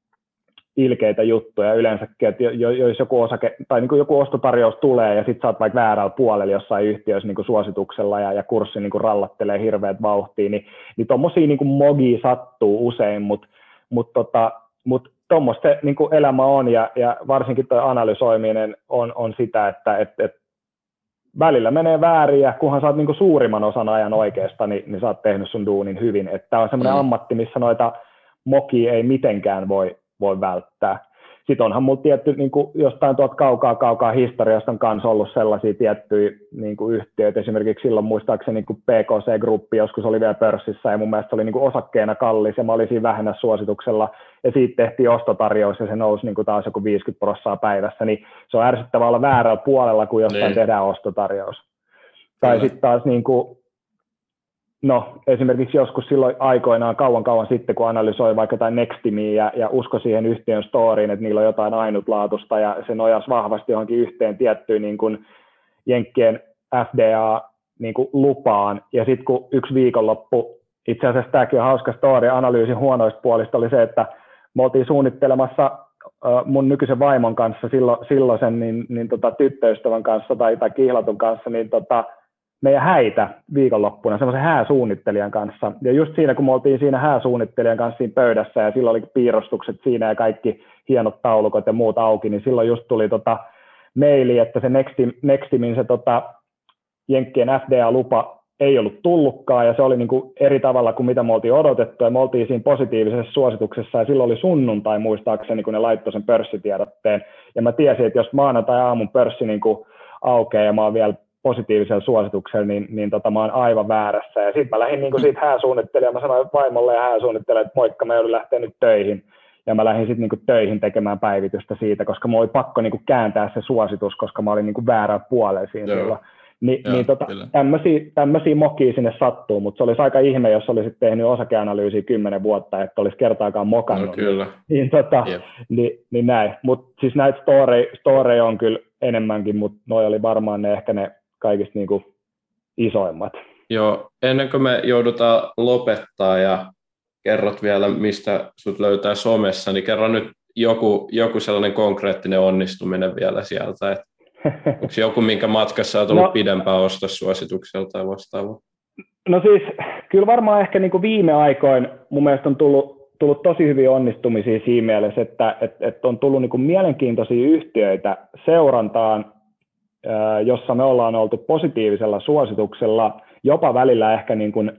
ilkeitä juttuja yleensäkin, että jos joku osake tai niin kuin joku ostotarjous tulee ja sitten sä oot vaikka väärällä puolella jossain yhtiössä niin kuin suosituksella ja, ja kurssi niin kuin rallattelee hirveät vauhtia, niin, niin tommosia niin kuin mogia sattuu usein, mutta mut tota, mut tuommoista niin kuin elämä on, ja, ja varsinkin tuo analysoiminen on, on sitä, että et, et välillä menee väärin, ja kunhan sä oot niin kuin suurimman osan ajan oikeasta, niin, niin sä oot tehnyt sun duunin hyvin. Tämä on semmoinen mm. ammatti, missä noita mokia ei mitenkään voi voi välttää. Sitten onhan mulla tietty, niin kuin jostain tuolta kaukaa kaukaa historiasta on kanssa ollut sellaisia tiettyjä niin kuin yhtiöitä, esimerkiksi silloin muistaakseni niin P K C-gruppi joskus oli vielä pörssissä, ja mun mielestä oli niin kuin osakkeena kallis, ja mä olin siinä vähennä suosituksella, ja siitä tehtiin ostotarjous, ja se nousi niin kuin taas joku viisikymmentä prosenttia päivässä, niin se on ärsyttävää olla väärällä puolella, kun jostain niin tehdään ostotarjous. Kyllä. Tai sitten taas niin kuin no esimerkiksi joskus silloin aikoinaan kauan kauan sitten, kun analysoi vaikka jotain Nextimia ja, ja usko siihen yhtiön storyin, että niillä on jotain ainutlaatusta ja se nojasi vahvasti johonkin yhteen tiettyyn niin kuin Jenkkien F D A niin kuin lupaan, ja sitten kun yksi viikonloppu, itse asiassa tämäkin on hauska story, analyysin huonoista puolista oli se, että me oltiin suunnittelemassa mun nykyisen vaimon kanssa, sillo, silloisen niin, niin tota, tyttöystävän kanssa tai, tai kihlatun kanssa, niin tota, meidän häitä viikonloppuna, semmoisen hääsuunnittelijan kanssa. Ja just siinä, kun me oltiin siinä hääsuunnittelijan kanssa siinä pöydässä, ja silloin oli piirustukset siinä ja kaikki hienot taulukot ja muut auki, niin silloin just tuli tota maili, että se Nextim, Nextimin se tota, Jenkkien F D A-lupa ei ollut tullutkaan, ja se oli niin kuin eri tavalla kuin mitä me oltiin odotettu, ja me oltiin siinä positiivisessa suosituksessa, ja silloin oli sunnuntai muistaakseni, kun ne laittoi sen pörssitiedotteen, ja mä tiesin, että jos maanantai-aamun pörssi niin kuin aukeaa, ja mä oon vielä positiivisella suosituksella, niin, niin tota, mä oon aivan väärässä, ja sitten mä lähdin niin kuin siitä hääsuunnittelijalle, mä sanoin vaimolle ja hääsuunnittelijalle, että moikka, mä joudun lähteä nyt töihin, ja mä lähdin sitten niin töihin tekemään päivitystä siitä, koska mä oli pakko niin kuin kääntää se suositus, koska mä olin niin kuin väärä puolella siinä silloin. Ni, Joo, niin tota, tämmöisiä, tämmöisiä mokia sinne sattuu, mutta se olisi aika ihme, jos olisit tehnyt osakeanalyysiä kymmenen vuotta, että olisi kertaakaan mokannut. No, kyllä. Niin, tota, yep. niin, niin näin. Mutta siis näitä story, story on kyllä enemmänkin, mutta noi oli varmaan ne ehkä ne kaikista niinku isoimmat. Joo, ennen kuin me joudutaan lopettaa ja kerrot vielä, mistä sut löytää somessa, niin kerro nyt joku, joku sellainen konkreettinen onnistuminen vielä sieltä, että onko joku, minkä matkassa on tullut no, pidempään ostossuosituksella tai vastaavaa? No siis, kyllä varmaan ehkä niin kuin viime aikoina mun mielestä on tullut, tullut tosi hyviä onnistumisia siinä mielessä, että et, et on tullut niin kuin mielenkiintoisia yhtiöitä seurantaan, jossa me ollaan oltu positiivisella suosituksella, jopa välillä ehkä niin kuin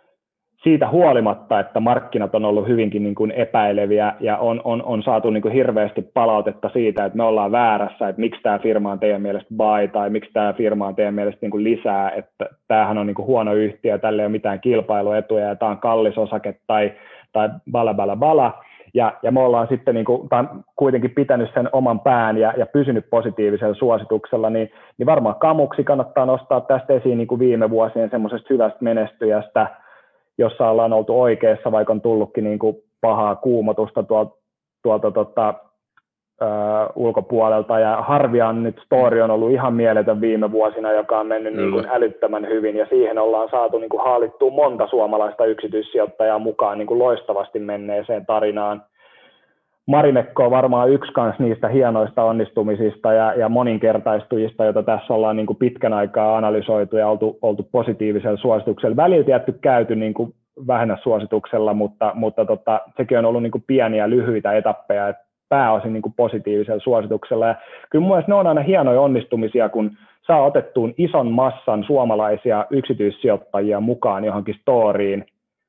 siitä huolimatta, että markkinat on ollut hyvinkin niin kuin epäileviä ja on, on, on saatu niin kuin hirveästi palautetta siitä, että me ollaan väärässä, että miksi tämä firma on teidän mielestä buy tai miksi tämä firma on teidän mielestä niin kuin lisää, että tämähän on niin kuin huono yhtiö, tällä ei ole mitään kilpailuetuja ja tämä on kallis osake tai, tai bala bala bala. Ja, ja me ollaan sitten niin kuin, kuitenkin pitänyt sen oman pään ja, ja pysynyt positiivisella suosituksella, niin, niin varmaan Kamuksi kannattaa nostaa tästä esiin niin kuin viime vuosien semmoisesta hyvästä menestyjästä, jossa ollaan oltu oikeassa, vaikka on tullutkin niin kuin pahaa kuumotusta tuolta, tuolta tota, ö, ulkopuolelta. Ja Harvian nyt story on ollut ihan mieletön viime vuosina, joka on mennyt niin kuin älyttömän hyvin, ja siihen ollaan saatu niin kuin haalittua monta suomalaista yksityissijoittajaa mukaan niin kuin loistavasti menneeseen tarinaan. Marimekko on varmaan yksi kans niistä hienoista onnistumisista ja, ja moninkertaistujista, joita tässä ollaan niin kuin pitkän aikaa analysoitu ja oltu, oltu positiivisella suosituksella. Välillä tietty käyty niin kuin vähennä suosituksella, mutta, mutta tota, sekin on ollut niin kuin pieniä lyhyitä etappeja, että pääosin niin kuin positiivisella suosituksella. Ja kyllä mun mielestä ne on aina hienoja onnistumisia, kun saa otettuun ison massan suomalaisia yksityissijoittajia mukaan johonkin storyin,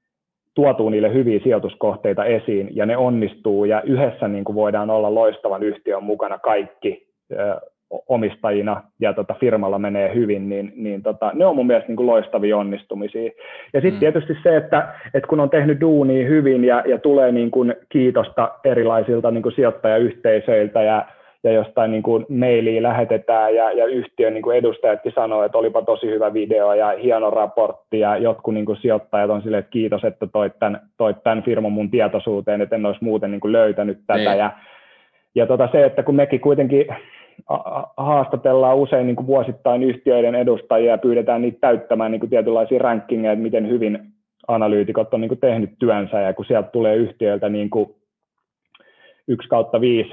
tuotuu niille hyviä sijoituskohteita esiin, ja ne onnistuu, ja yhdessä niin kuin voidaan olla loistavan yhtiön mukana kaikki ö, omistajina, ja tota, firmalla menee hyvin, niin, niin tota, ne on mun mielestä niin kuin loistavia onnistumisia. Ja sitten mm. tietysti se, että, että kun on tehnyt duunia hyvin, ja, ja tulee niin kuin kiitosta erilaisilta niin kuin sijoittajayhteisöiltä, ja ja jostain niin kuin mailia lähetetään ja, ja yhtiön niin kuin edustajatkin sanoo, että olipa tosi hyvä video ja hieno raportti, ja jotkut niin kuin sijoittajat on silleen, että kiitos, että toit tämän, toit tämän firman mun tietoisuuteen, että en olisi muuten niin kuin löytänyt tätä. Niin. Ja, ja tota se, että kun mekin kuitenkin haastatellaan usein niin kuin vuosittain yhtiöiden edustajia ja pyydetään niitä täyttämään niin kuin tietynlaisia rankingeja, että miten hyvin analyytikot on niin kuin tehnyt työnsä, ja kun sieltä tulee yhtiöiltä niin kuin yksi kautta viisi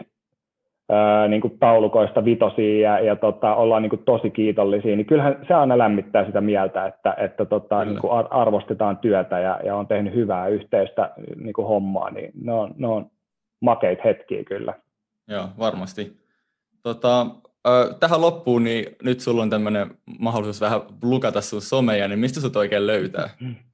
Ää, niin kuin taulukoista vitosia ja, ja tota, ollaan niin kuin tosi kiitollisia, niin kyllähän se aina lämmittää sitä mieltä, että, että tota, niin kuin arvostetaan työtä ja, ja on tehnyt hyvää yhteistä niin kuin hommaa, niin ne on, ne on makeita hetkiä kyllä. Joo, varmasti. Tota, äh, tähän loppuun, niin nyt sulla on tämmöinen mahdollisuus vähän lukata sun someja, niin mistä sut oikein löytää?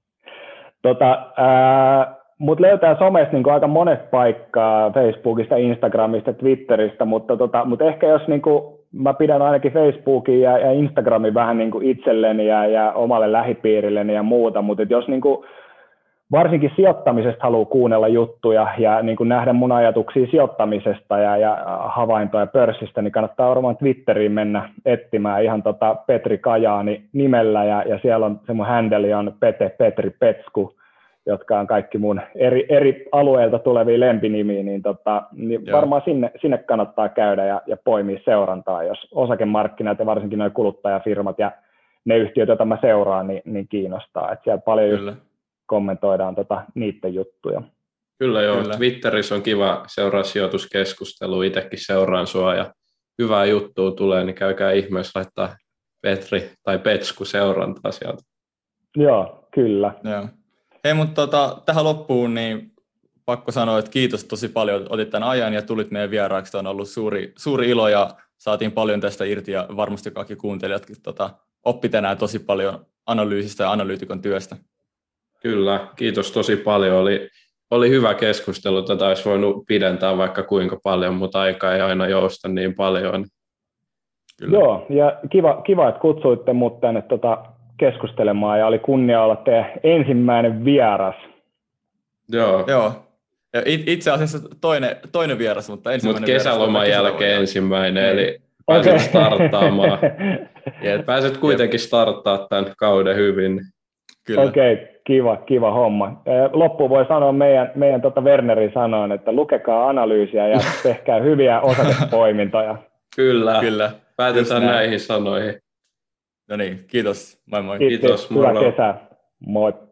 Tota, ää, Mut löytää somesta niin aika monet paikkaa, Facebookista, Instagramista, Twitteristä, mutta, tota, mutta ehkä jos niin kuin, mä pidän ainakin Facebookin ja, ja Instagramin vähän niin kuin itselleni ja, ja omalle lähipiirilleni ja muuta, mutta jos niin kuin, varsinkin sijoittamisesta haluaa kuunnella juttuja ja niin kuin nähdä mun ajatuksia sijoittamisesta ja, ja havaintoja pörssistä, niin kannattaa varmaan Twitteriin mennä etsimään ihan tota Petri Kajaani nimellä ja, ja siellä on se mun handle on Pete Petri Petsku, jotka on kaikki mun eri, eri alueilta tulevia lempinimiä, niin, tota, niin varmaan sinne, sinne kannattaa käydä ja, ja poimia seurantaa, jos osakemarkkinat ja varsinkin nuo kuluttajafirmat ja ne yhtiöt, joita mä seuraan, niin, niin kiinnostaa. Et siellä paljon just kommentoidaan tota, niiden juttuja. Kyllä joo, Kyllä. Twitterissä on kiva seuraa sijoituskeskustelua, itsekin seuraan sua ja hyvää juttua tulee, niin käykää ihmeessä laittaa Petri tai Petsku seurantaa sieltä. Joo, kyllä. Joo. Hei, mutta tota, tähän loppuun niin pakko sanoa, että kiitos tosi paljon, otit tämän ajan ja tulit meidän vieraaksi. On ollut suuri, suuri ilo ja saatiin paljon tästä irti ja varmasti kaikki kuuntelijatkin tota, oppi tänään tosi paljon analyysistä ja analyytikon työstä. Kyllä, kiitos tosi paljon. Oli, oli hyvä keskustelu. Tätä olisi voinut pidentää vaikka kuinka paljon, mutta aika ei aina jousta niin paljon. Kyllä. Joo, ja kiva, kiva että kutsuitte mut tänne tota, keskustelemaan ja oli kunnia olla teidän ensimmäinen vieras. Joo. Joo. Ja itse asiassa toinen, toinen vieras, mutta ensimmäinen Mut kesäloman vieras. jälkeen ensimmäinen, niin. Eli pääset okay. starttaamaan. Ja pääset kuitenkin starttaa tämän kauden hyvin. Okei, okay, kiva, kiva homma. Loppuun voi sanoa meidän, meidän tota Wernerin sanoen, että lukekaa analyysiä ja tehkää hyviä osakepoimintoja. Kyllä, Kyllä. Päätetään näihin sanoihin. No niin, kiitos. Moi moi. Kiitos. Hyvää kesää. Moi.